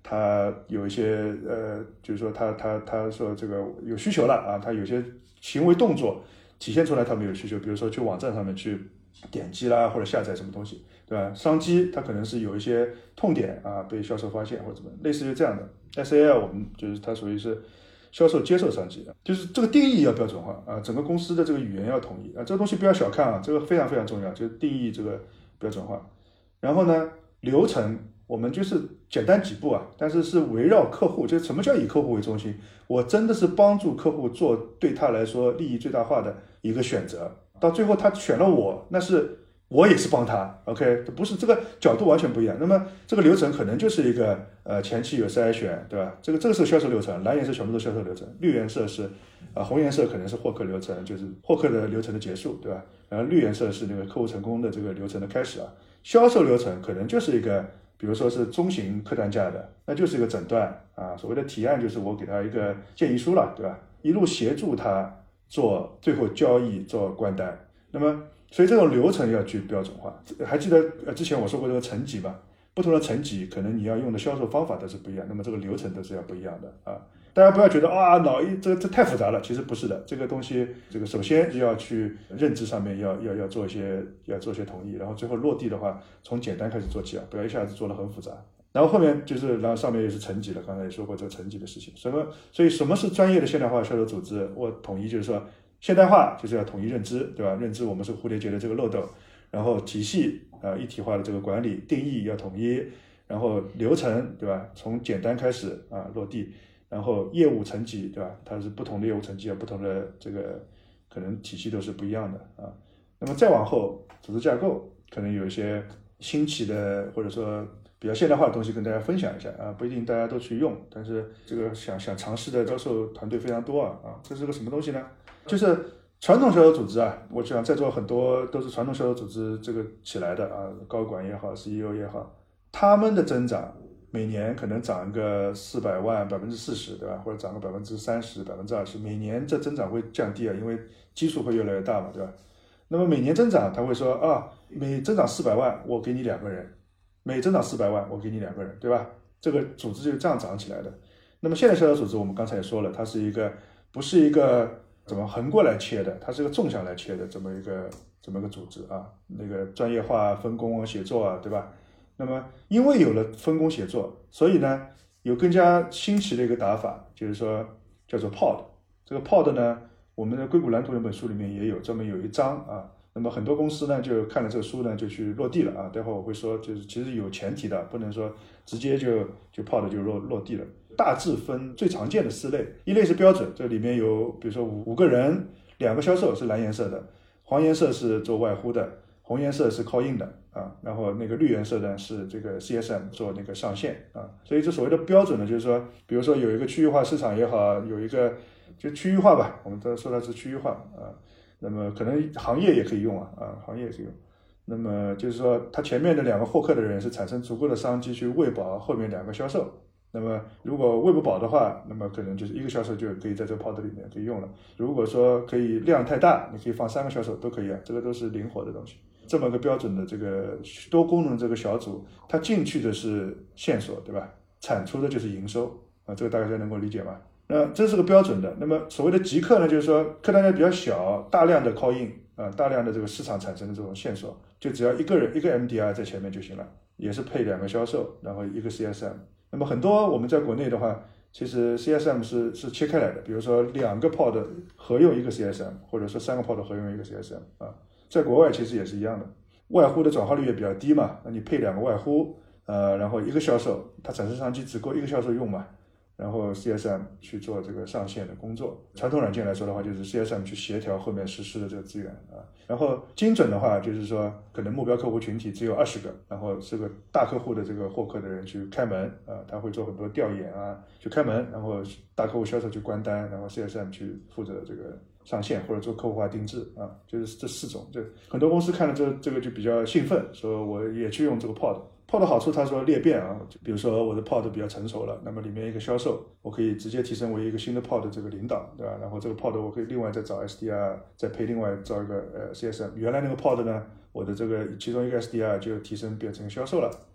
他有一些呃，就是说他他他说这个有需求了啊，他有些行为动作体现出来他们有需求，比如说去网站上面去点击啦，或者下载什么东西，对吧？商机它可能是有一些痛点啊，被销售发现或者怎么，类似于这样的。S A L 我们就是它属于是销售接受商机，就是这个定义要标准化啊，整个公司的这个语言要统一啊，这个东西不要小看啊，这个非常非常重要，就是定义这个标准化。然后呢，流程我们就是简单几步啊，但是是围绕客户，就是什么叫以客户为中心？我真的是帮助客户做对他来说利益最大化的一个选择，到最后他选了我，那是我也是帮他 ，OK， 不是这个角度完全不一样。那么这个流程可能就是一个呃前期有筛选，对吧？这个这个是销售流程，蓝颜色全部都是销售流程，绿颜色是啊、呃、红颜色可能是获客流程，就是获客的流程的结束，对吧？然后绿颜色是那个客户成功的这个流程的开始啊。销售流程可能就是一个，比如说是中型客单价的，那就是一个诊断啊，所谓的提案就是我给他一个建议书了，对吧？一路协助他做最后交易做关单。那么所以这种流程要去标准化。还记得呃之前我说过这个层级吧？不同的层级可能你要用的销售方法都是不一样，那么这个流程都是要不一样的啊。大家不要觉得啊脑一这这太复杂了，其实不是的。这个东西，这个首先要去认知上面要要要做一些要做一些统一，然后最后落地的话，从简单开始做起啊，不要一下子做得很复杂。然后后面就是，然后上面也是层级了，刚才也说过这个层级的事情。什么？所以什么是专业的现代化销售组织？我统一就是说，现代化就是要统一认知，对吧？认知我们是蝴蝶结的这个漏斗，然后体系啊、呃、一体化的这个管理定义要统一，然后流程对吧？从简单开始啊落地。然后业务层级，对吧？它是不同的业务层级啊，不同的这个可能体系都是不一样的啊。那么再往后，组织架构可能有一些新奇的或者说比较现代化的东西跟大家分享一下啊，不一定大家都去用，但是这个想想尝试的销售团队非常多啊啊，这是个什么东西呢？就是传统销售组织啊，我想在座很多都是传统销售组织这个起来的啊，高管也好 ，C E O 也好，他们的增长。每年可能涨个四百万，百分之四十，对吧？或者涨个百分之三十、百分之二十，每年这增长会降低啊，因为基数会越来越大嘛，对吧？那么每年增长，他会说啊，每增长四百万，我给你两个人；每增长四百万，我给你两个人，对吧？这个组织就这样涨起来的。那么现在销售组织，我们刚才也说了，它是一个不是一个怎么横过来切的，它是一个纵向来切的这么一个这么一个组织啊，那个专业化、分工啊、协作啊，对吧？那么，因为有了分工协作，所以呢，有更加新奇的一个打法，就是说叫做 Pod。这个 Pod 呢，我们的硅谷蓝图那本书里面也有专门有一章啊。那么很多公司呢，就看了这个书呢，就去落地了啊。待会儿我会说，就是其实有前提的，不能说直接就就 Pod 就落落地了。大致分最常见的四类，一类是标准，这里面有比如说五五个人，两个销售是蓝颜色的，黄颜色是做外呼的。红颜色是 call in 的啊，然后那个绿颜色呢是这个 C S M 做那个上线啊，所以这所谓的标准呢，就是说，比如说有一个区域化市场也好，有一个就区域化吧，我们都说它是区域化啊，那么可能行业也可以用啊啊，行业也可以用，那么就是说，它前面的两个获客的人是产生足够的商机去喂饱后面两个销售。那么如果喂不饱的话，那么可能就是一个销售就可以在这个 pod 里面可以用了。如果说可以量太大，你可以放三个销售都可以啊，这个都是灵活的东西。这么个标准的这个多功能这个小组，它进去的是线索，对吧？产出的就是营收啊，这个大家能够理解吗？那这是个标准的。那么所谓的极客呢，就是说客单价比较小，大量的 call in 啊，大量的这个市场产生的这种线索，就只要一个人一个 M D R 在前面就行了，也是配两个销售，然后一个 C S M。那么很多我们在国内的话，其实 C S M 是是切开来的，比如说两个 pod 合用一个 C S M， 或者说三个 pod 合用一个 C S M 啊。在国外其实也是一样的，外呼的转化率也比较低嘛，那你配两个外呼，呃，然后一个销售，它产生商机只够一个销售用嘛，然后 C S M 去做这个上线的工作。传统软件来说的话，就是 C S M 去协调后面实施的这个资源啊。然后精准的话，就是说可能目标客户群体只有二十个，然后这个大客户的这个获客的人去开门啊，他会做很多调研啊，去开门，然后大客户销售去关单，然后 C S M 去负责这个上线或者做客户化定制啊，就是这四种。这很多公司看了这这个就比较兴奋，说我也去用这个 pod。pod 的好处，他说裂变啊，比如说我的 pod 比较成熟了，那么里面一个销售，我可以直接提升为一个新的 pod 这个领导，对吧？然后这个 pod 我可以另外再找 S D R， 再配另外招一个呃 C S M。原来那个 pod 呢，我的这个其中一个 S D R 就提升变成销售了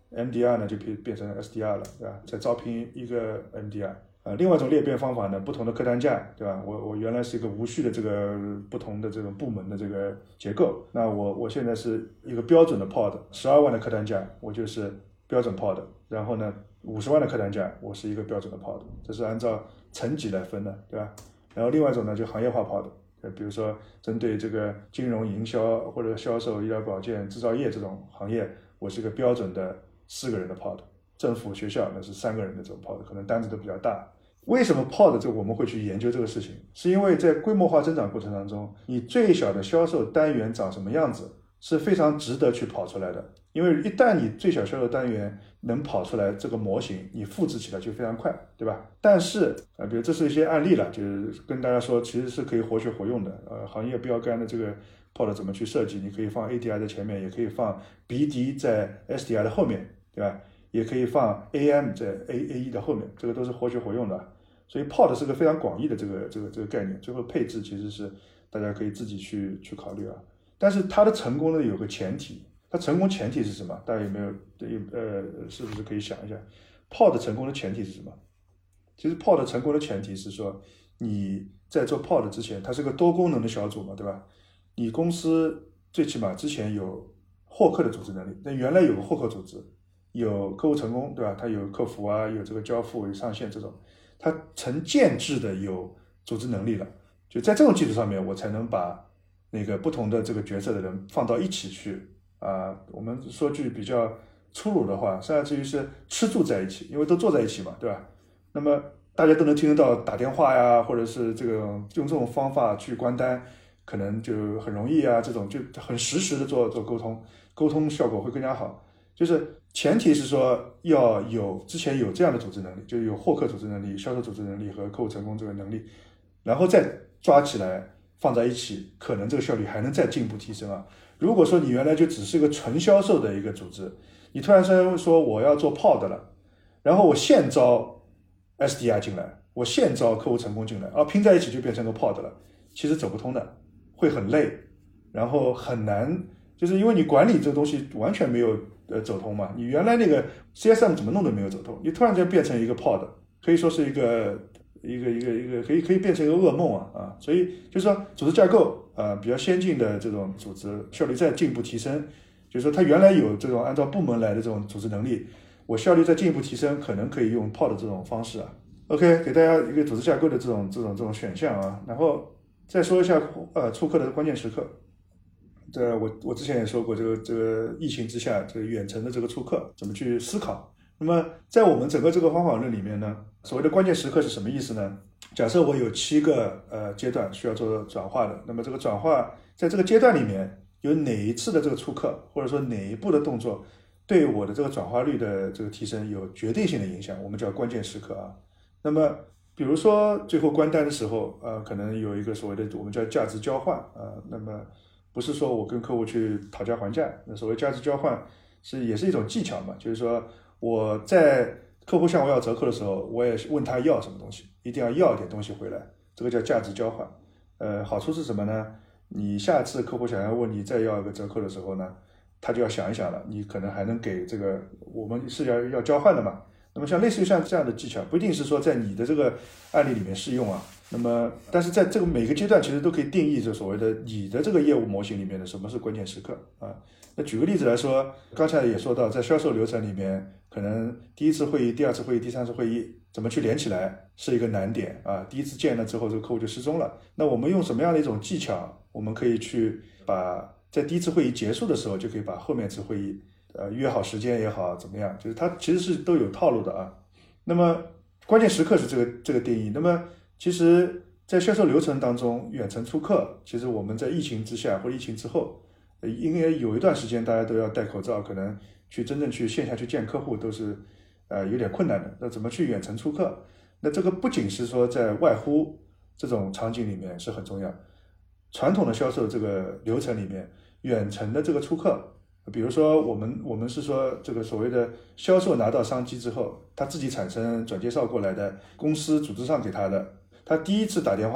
M D R 呢就变变成 S D R 了，对吧？再招聘一个 M D R。呃，另外一种裂变方法呢，不同的客单价，对吧？我我原来是一个无序的这个不同的这种部门的这个结构，那我我现在是一个标准的 pod， 十二万的客单价，我就是标准 pod， 然后呢，五十万的客单价，我是一个标准的 pod， 这是按照层级来分的，对吧？然后另外一种呢，就行业化 pod， 比如说针对这个金融、营销或者销售、医疗保健、制造业这种行业，我是一个标准的四个人的 pod。政府学校那是三个人的这种 pod， 可能单子都比较大。为什么 pod 这我们会去研究这个事情？是因为在规模化增长过程当中，你最小的销售单元长什么样子是非常值得去跑出来的。因为一旦你最小销售单元能跑出来这个模型，你复制起来就非常快，对吧？但是呃，比如这是一些案例了，就是跟大家说其实是可以活学活用的。呃，行业标杆的这个 pod 怎么去设计？你可以放 A D I 在前面，也可以放 B D 在 S D I 的后面，对吧？也可以放 A M 在 A A E 的后面，这个都是活学活用的。所以 pod 是个非常广义的这个这个这个概念，最后配置其实是大家可以自己去去考虑啊。但是它的成功呢有个前提，它成功前提是什么？大家有没有呃是不是可以想一下 pod 成功的前提是什么？其实 pod 成功的前提是说你在做 pod 之前，它是个多功能的小组嘛，对吧？你公司最起码之前有获客的组织能力，那原来有个获客组织。有客户成功，对吧？它有客服啊，有这个交付，有上线这种，它成建制的有组织能力了。就在这种基础上面，我才能把那个不同的这个角色的人放到一起去啊。我们说句比较粗鲁的话，甚至于是吃住在一起，因为都坐在一起嘛，对吧？那么大家都能听得到打电话呀，或者是这个用这种方法去关单，可能就很容易啊。这种就很实时的做做沟通，沟通效果会更加好。就是前提是说要有之前有这样的组织能力，就有获客组织能力、销售组织能力和客户成功这个能力，然后再抓起来放在一起，可能这个效率还能再进一步提升啊。如果说你原来就只是一个纯销售的一个组织，你突然间说我要做 pod 了，然后我现招 S D R 进来，我现招客户成功进来，啊，拼在一起就变成个 pod 了，其实走不通的，会很累，然后很难，就是因为你管理这个东西完全没有呃走通嘛，你原来那个 C S M 怎么弄都没有走通，你突然间变成一个 pod， 可以说是一个一个一个一个可以可以变成一个噩梦啊啊！所以就是说组织架构啊、呃、比较先进的这种组织效率再进一步提升，就是说它原来有这种按照部门来的这种组织能力，我效率再进一步提升，可能可以用 pod 这种方式啊。OK， 给大家一个组织架构的这种这种这种选项啊，然后再说一下呃触客的关键时刻。这我我之前也说过，这个这个疫情之下，这个远程的这个触客怎么去思考？那么在我们整个这个方法论里面呢，所谓的关键时刻是什么意思呢？假设我有七个呃阶段需要做转化的，那么这个转化在这个阶段里面有哪一次的这个触客，或者说哪一步的动作，对我的这个转化率的这个提升有决定性的影响，我们叫关键时刻啊。那么比如说最后关单的时候，呃，可能有一个所谓的我们叫价值交换啊、呃，那么不是说我跟客户去讨价还价，那所谓价值交换是也是一种技巧嘛，就是说我在客户向我要折扣的时候，我也问他要什么东西，一定要要一点东西回来，这个叫价值交换。呃，好处是什么呢？你下次客户想要问你再要一个折扣的时候呢，他就要想一想了，你可能还能给这个，我们是要要交换的嘛。那么像类似于像这样的技巧，不一定是说在你的这个案例里面适用啊。那么，但是在这个每个阶段，其实都可以定义这所谓的你的这个业务模型里面的什么是关键时刻啊。那举个例子来说，刚才也说到，在销售流程里面，可能第一次会议、第二次会议、第三次会议怎么去连起来是一个难点啊。第一次见了之后，这个客户就失踪了。那我们用什么样的一种技巧，我们可以去把在第一次会议结束的时候，就可以把后面次会议呃约好时间也好，怎么样，就是它其实是都有套路的啊。那么关键时刻是这个这个定义。那么其实在销售流程当中，远程出客，其实我们在疫情之下或疫情之后，因为有一段时间大家都要戴口罩，可能去真正去线下去见客户都是呃有点困难的。那怎么去远程出客？那这个不仅是说在外呼这种场景里面是很重要，传统的销售这个流程里面，远程的这个出客，比如说我们我们是说这个所谓的销售拿到商机之后，他自己产生转介绍过来的，公司组织上给他的。他第一次打电话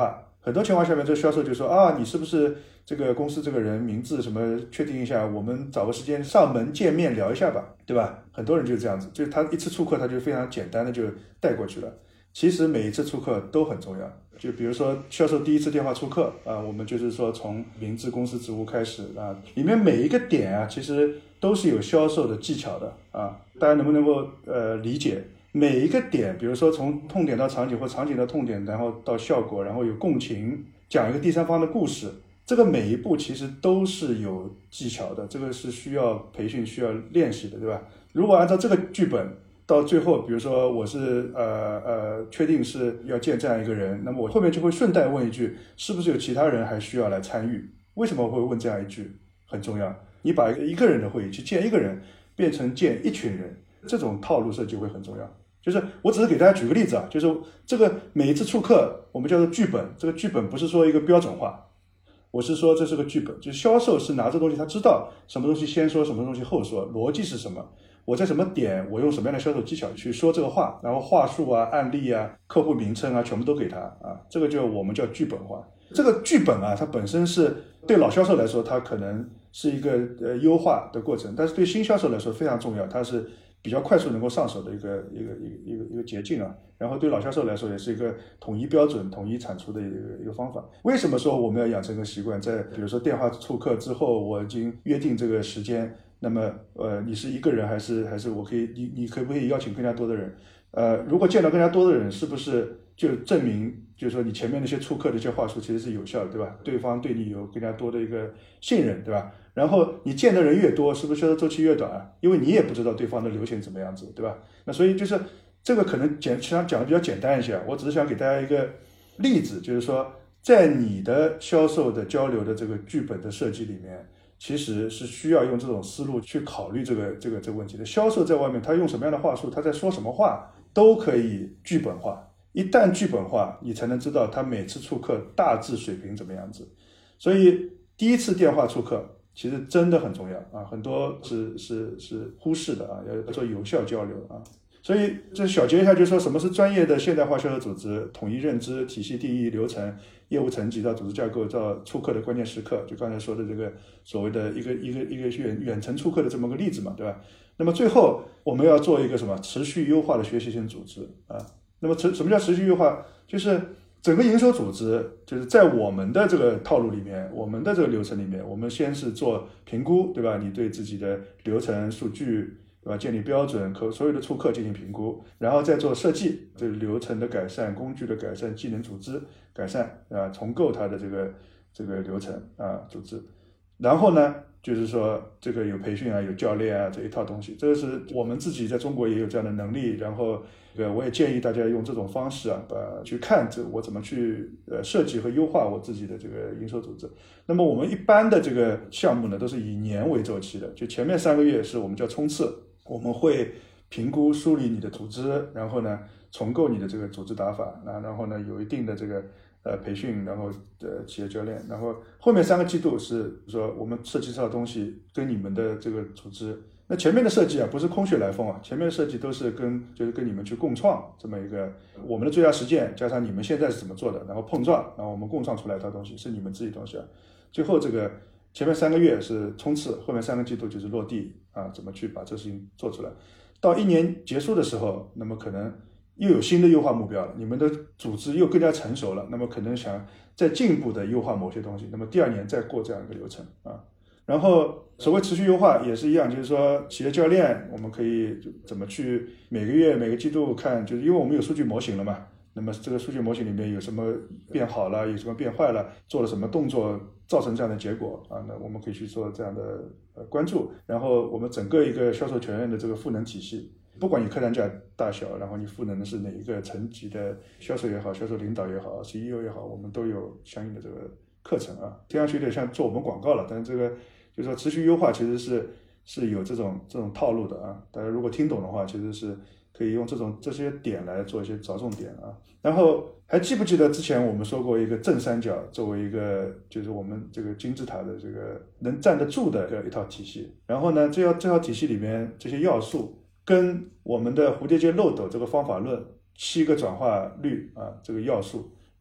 很多情况下面，这个销售就说啊，你是不是这个公司这个人名字什么确定一下，我们找个时间上门见面聊一下吧，对吧？很多人就是这样子，就是他一次触客他就非常简单的就带过去了。其实每一次触客都很重要，就比如说销售第一次电话触客啊，我们就是说从名字、公司、职务开始啊，里面每一个点啊，其实都是有销售的技巧的啊，大家能不能够呃理解？每一个点，比如说从痛点到场景或场景到痛点，然后到效果，然后有共情，讲一个第三方的故事，这个每一步其实都是有技巧的，这个是需要培训、需要练习的，对吧？如果按照这个剧本到最后，比如说我是呃呃确定是要见这样一个人，那么我后面就会顺带问一句，是不是有其他人还需要来参与？为什么我会问这样一句？很重要，你把一个一个人的会议去见一个人，变成见一群人，这种套路设计会很重要。就是我只是给大家举个例子啊，就是这个每一次触客我们叫做剧本，这个剧本不是说一个标准化，我是说这是个剧本，就是销售是拿这东西，他知道什么东西先说，什么东西后说，逻辑是什么，我在什么点我用什么样的销售技巧去说这个话，然后话术啊、案例啊、客户名称啊全部都给他啊，这个就我们叫剧本化。这个剧本啊，它本身是对老销售来说它可能是一个呃优化的过程，但是对新销售来说非常重要，它是比较快速能够上手的一个一个一个一个一个捷径啊，然后对老销售来说也是一个统一标准、统一产出的一个一个方法。为什么说我们要养成一个习惯，在比如说电话触客之后，我已经约定这个时间，那么呃你是一个人还是还是我可以你你可不可以邀请更加多的人？呃，如果见到更加多的人，是不是就证明就是说你前面那些触客的一些话术其实是有效的，对吧？对方对你有更加多的一个信任，对吧？然后你见的人越多，是不是销售周期越短啊？因为你也不知道对方的流程怎么样子，对吧？那所以就是这个可能简实际上讲的比较简单一些，我只是想给大家一个例子，就是说在你的销售的交流的这个剧本的设计里面，其实是需要用这种思路去考虑这个这个这个问题的。销售在外面他用什么样的话术，他在说什么话，都可以剧本化。一旦剧本化，你才能知道他每次触客大致水平怎么样子。所以第一次电话触客其实真的很重要啊，很多是是是忽视的啊，要做有效交流啊。所以这小结一下，就是说什么是专业的现代化销售组织，统一认知、体系定义、流程、业务层级到组织架构到触客的关键时刻，就刚才说的这个所谓的一个一个一个远远程触客的这么个例子嘛，对吧？那么最后我们要做一个什么持续优化的学习型组织啊？那么持什么叫持续优化？就是整个营收组织，就是在我们的这个套路里面，我们的这个流程里面，我们先是做评估，对吧？你对自己的流程数据，对吧？建立标准，可所有的触客进行评估，然后再做设计，这个流程的改善、工具的改善、技能组织改善啊，重构它的这个这个流程啊组织。然后呢，就是说这个有培训啊，有教练啊，这一套东西，这个是我们自己在中国也有这样的能力。然后，呃，我也建议大家用这种方式啊，把去看这我怎么去呃设计和优化我自己的这个营收组织。那么我们一般的这个项目呢，都是以年为周期的，就前面三个月是我们叫冲刺，我们会评估梳理你的组织，然后呢重构你的这个组织打法啊，然后呢有一定的这个。呃，培训，然后呃，企业教练，然后后面三个季度是说我们设计这套东西跟你们的这个组织，那前面的设计啊不是空穴来风啊，前面的设计都是跟就是跟你们去共创这么一个我们的最佳实践，加上你们现在是怎么做的，然后碰撞，然后我们共创出来一套东西是你们自己东西啊。最后这个前面三个月是冲刺，后面三个季度就是落地啊，怎么去把这事情做出来。到一年结束的时候，那么可能又有新的优化目标了，你们的组织又更加成熟了，那么可能想再进一步的优化某些东西，那么第二年再过这样一个流程啊。然后所谓持续优化也是一样，就是说企业教练我们可以怎么去每个月每个季度看，就是因为我们有数据模型了嘛，那么这个数据模型里面有什么变好了，有什么变坏了，做了什么动作造成这样的结果啊，那我们可以去做这样的呃关注。然后我们整个一个销售全院的这个赋能体系，不管你客单价大小，然后你赋能的是哪一个层级的销售也好，销售领导也好 C E O 也好，我们都有相应的这个课程啊。听上去有点像做我们广告了，但是这个就是说持续优化其实是是有这种这种套路的啊。大家如果听懂的话，其实是可以用这种这些点来做一些着重点啊。然后还记不记得之前我们说过一个正三角作为一个就是我们这个金字塔的这个能站得住的一套体系，然后呢这套这套体系里面这些要素跟我们的蝴蝶结漏斗这个方法论七个转化率啊这个要素，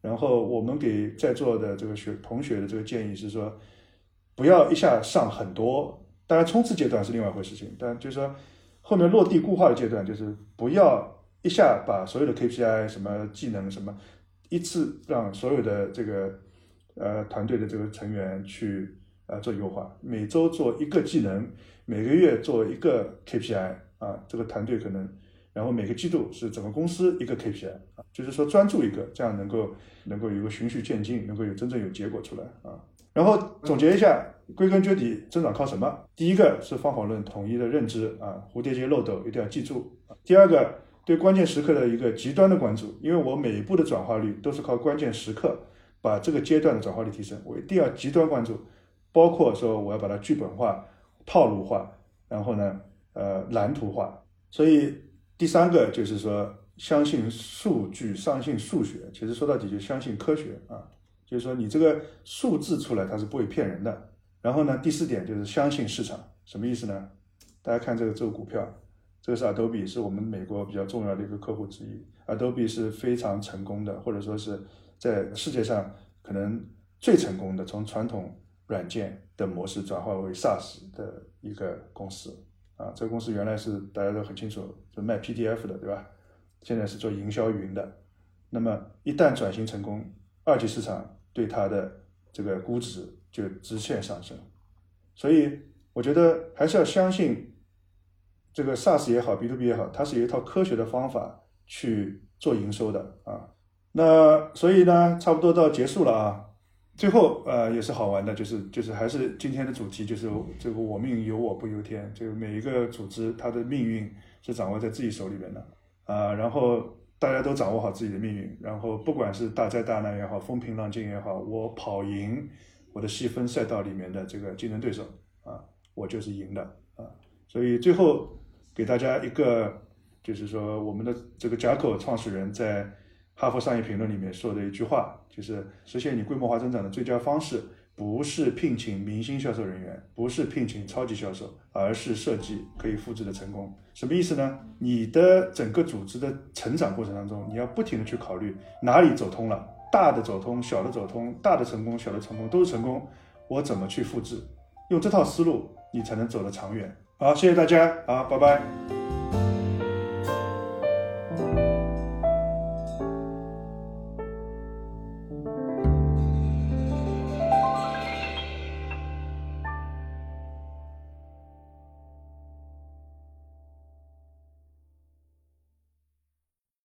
然后我们给在座的这个学同学的这个建议是说，不要一下上很多，当然冲刺阶段是另外一回事情，但就是说后面落地固化的阶段，就是不要一下把所有的 K P I 什么技能什么一次让所有的这个呃团队的这个成员去呃做优化，每周做一个技能，每个月做一个 K P I 啊，这个团队可能，然后每个季度是整个公司一个 K P I 啊，就是说专注一个，这样能够能够有一个循序渐进，能够有真正有结果出来啊。然后总结一下，归根结底，增长靠什么？第一个是方法论统一的认知啊，蝴蝶结漏斗一定要记住。第二个，对关键时刻的一个极端的关注，因为我每一步的转化率都是靠关键时刻把这个阶段的转化率提升，我一定要极端关注，包括说我要把它剧本化、套路化，然后呢，呃，蓝图化。所以第三个就是说，相信数据，相信数学，其实说到底就相信科学啊。就是说你这个数字出来它是不会骗人的。然后呢，第四点就是相信市场，什么意思呢？大家看这个这个股票，这个是 Adobe， 是我们美国比较重要的一个客户之一。Adobe 是非常成功的，或者说是在世界上可能最成功的，从传统软件的模式转化为 SaaS 的一个公司啊。这个公司原来是大家都很清楚，是卖 P D F 的，对吧？现在是做营销云的。那么一旦转型成功，二级市场对它的这个估值就直线上升，所以我觉得还是要相信这个 SaaS 也好 B to B 也好，它是有一套科学的方法去做营收的啊。那所以呢，差不多到结束了啊。最后呃也是好玩的，就是就是还是今天的主题，就是这个我命由我不由天，就每一个组织它的命运是掌握在自己手里边的啊。然后大家都掌握好自己的命运，然后不管是大灾大难也好，风平浪静也好，我跑赢我的细分赛道里面的这个竞争对手啊，我就是赢的啊。所以最后给大家一个，就是说我们的这个贾口创始人在哈佛商业评论里面说的一句话，就是实现你规模化增长的最佳方式不是聘请明星销售人员，不是聘请超级销售，而是设计可以复制的成功。什么意思呢？你的整个组织的成长过程当中，你要不停的去考虑哪里走通了，大的走通，小的走通，大的成功，小的成功，都是成功，我怎么去复制？用这套思路，你才能走得长远。好，谢谢大家，好，拜拜。